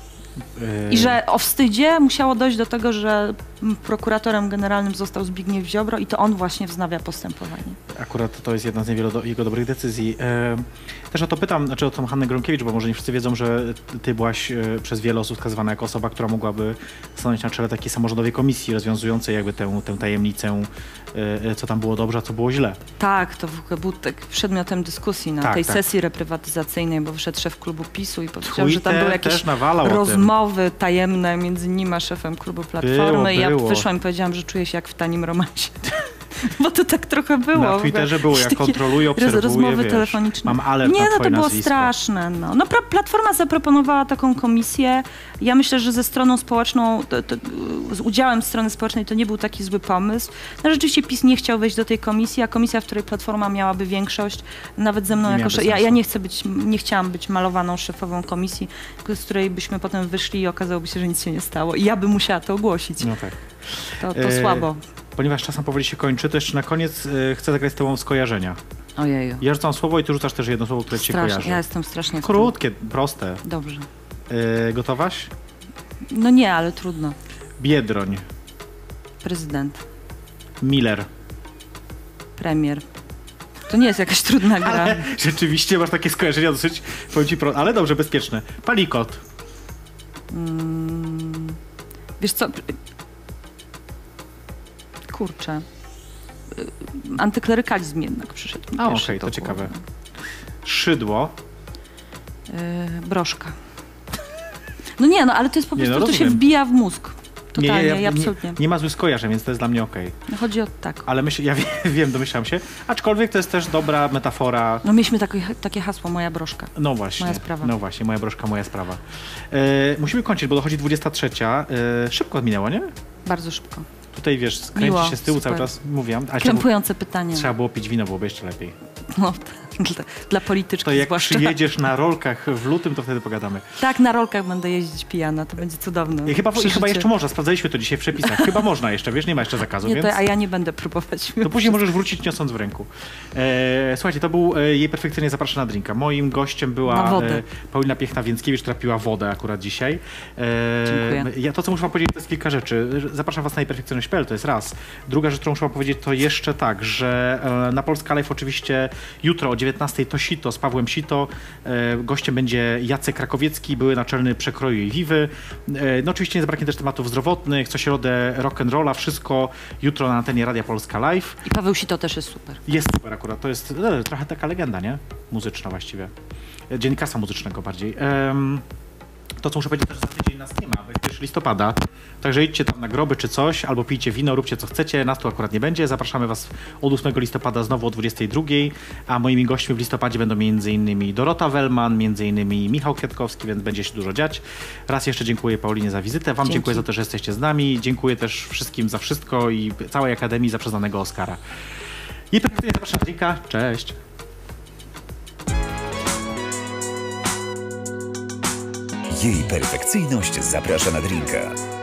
I że o wstydzie musiało dojść do tego, że prokuratorem generalnym został Zbigniew Ziobro i to on właśnie wznawia postępowanie. Akurat to jest jedna z niewielu jego dobrych decyzji. Też o to pytam, znaczy o tą Hannę Gronkiewicz, bo może nie wszyscy wiedzą, że ty byłaś przez wiele osób wskazywana jako osoba, która mogłaby stanąć na czele takiej samorządowej komisji rozwiązującej jakby tę tajemnicę, co tam było dobrze, a co było źle. Tak, to w ogóle był przedmiotem dyskusji na tej sesji reprywatyzacyjnej, bo wyszedł szef klubu PiS-u i powiedział, że tam były jakieś rozmowy tajemne między nim a szefem klubu Platformy. Ja wyszłam i powiedziałam, że czuję się jak w tanim romansie. Bo to tak trochę było. Na Twitterze było, ja kontroluję, obserwuję, rozmowy telefoniczne. Mam alert nie, na no to było nazwisko. straszne. No Platforma zaproponowała taką komisję. Ja myślę, że ze stroną społeczną, z udziałem strony społecznej to nie był taki zły pomysł. No rzeczywiście PiS nie chciał wejść do tej komisji, a komisja, w której Platforma miałaby większość, nawet ze mną jako ja nie chciałam być malowaną szefową komisji, z której byśmy potem wyszli i okazałoby się, że nic się nie stało. I ja bym musiała to ogłosić. No tak. To słabo. Ponieważ czasem powoli się kończy, to jeszcze na koniec chcę zagrać z tobą skojarzenia. Ojeju. Ja rzucam słowo i ty rzucasz też jedno słowo, które ci się kojarzy. Ja jestem strasznie... Krótkie, proste. Dobrze. Gotowaś? No nie, ale trudno. Biedroń. Prezydent. Miller. Premier. To nie jest jakaś trudna gra. Ale rzeczywiście masz takie skojarzenia dosyć, powiem ci, ale dobrze, bezpieczne. Palikot. Wiesz co... Kurczę. Antyklerykalizm jednak przyszedł. Okej, to ciekawe. Szydło. Broszka. No nie, no ale to jest po prostu, to się wbija w mózg. Totalnie, absolutnie. Nie ma złych skojarzeń, więc to jest dla mnie okej. No chodzi o tak. Ale ja wiem, domyślam się. Aczkolwiek to jest też dobra metafora. No mieliśmy takie hasło, moja broszka. No właśnie. Moja sprawa. No właśnie, moja broszka, moja sprawa. Musimy kończyć, bo dochodzi 23. Szybko minęło, nie? Bardzo szybko. Tutaj wiesz, skręci się z tyłu cały czas, mówiłam. Krępujące pytanie. Trzeba było pić wino, byłoby jeszcze lepiej. No, dla polityczków to jak zwłaszcza. przyjedziesz na rolkach w lutym, to wtedy pogadamy. Tak, na rolkach będę jeździć pijana, to będzie cudowne. I chyba jeszcze można, sprawdzaliśmy to dzisiaj w przepisach. Chyba można jeszcze, wiesz, nie ma jeszcze zakazu. Nie, więc... a ja nie będę próbować. To później możesz wrócić niosąc w ręku. Słuchajcie, to był jej perfekcyjnie zapraszana drinka. Moim gościem była Paulina Piechna-Więckiewicz, która piła wodę akurat dzisiaj. Dziękuję. To, co muszę wam powiedzieć, to jest kilka rzeczy. Zapraszam was na jejperfekcyjność.pl, to jest raz. Druga rzecz, którą muszę wam powiedzieć, to jeszcze tak, że na Polska Live oczywiście jutro o 19:00 to Sito z Pawłem Sito. Gościem będzie Jacek Krakowiecki, były naczelny przekroju i Wiwy. No oczywiście nie zabraknie też tematów zdrowotnych, co środę rock'n'rolla, wszystko jutro na antenie Radia Polska Live. I Paweł Sito też jest super. Jest super akurat, to jest trochę taka legenda, nie? Muzyczna właściwie. Dziennikarstwa muzycznego bardziej. To, co muszę powiedzieć, też za tydzień nas nie ma, bo jest 1 listopada. Także idźcie tam na groby czy coś, albo pijcie wino, róbcie co chcecie. Nas tu akurat nie będzie. Zapraszamy was od 8 listopada znowu o 22:00, a moimi gośćmi w listopadzie będą m.in. Dorota Wellman, m.in. Michał Kwiatkowski, więc będzie się dużo dziać. Raz jeszcze dziękuję Paulinie za wizytę. Wam dziękuję za to, że jesteście z nami. Dziękuję też wszystkim za wszystko i całej Akademii za przyznanego Oscara. I perfekcyjnie zapraszam na drinka. Cześć! Jej perfekcyjność zaprasza na drinka.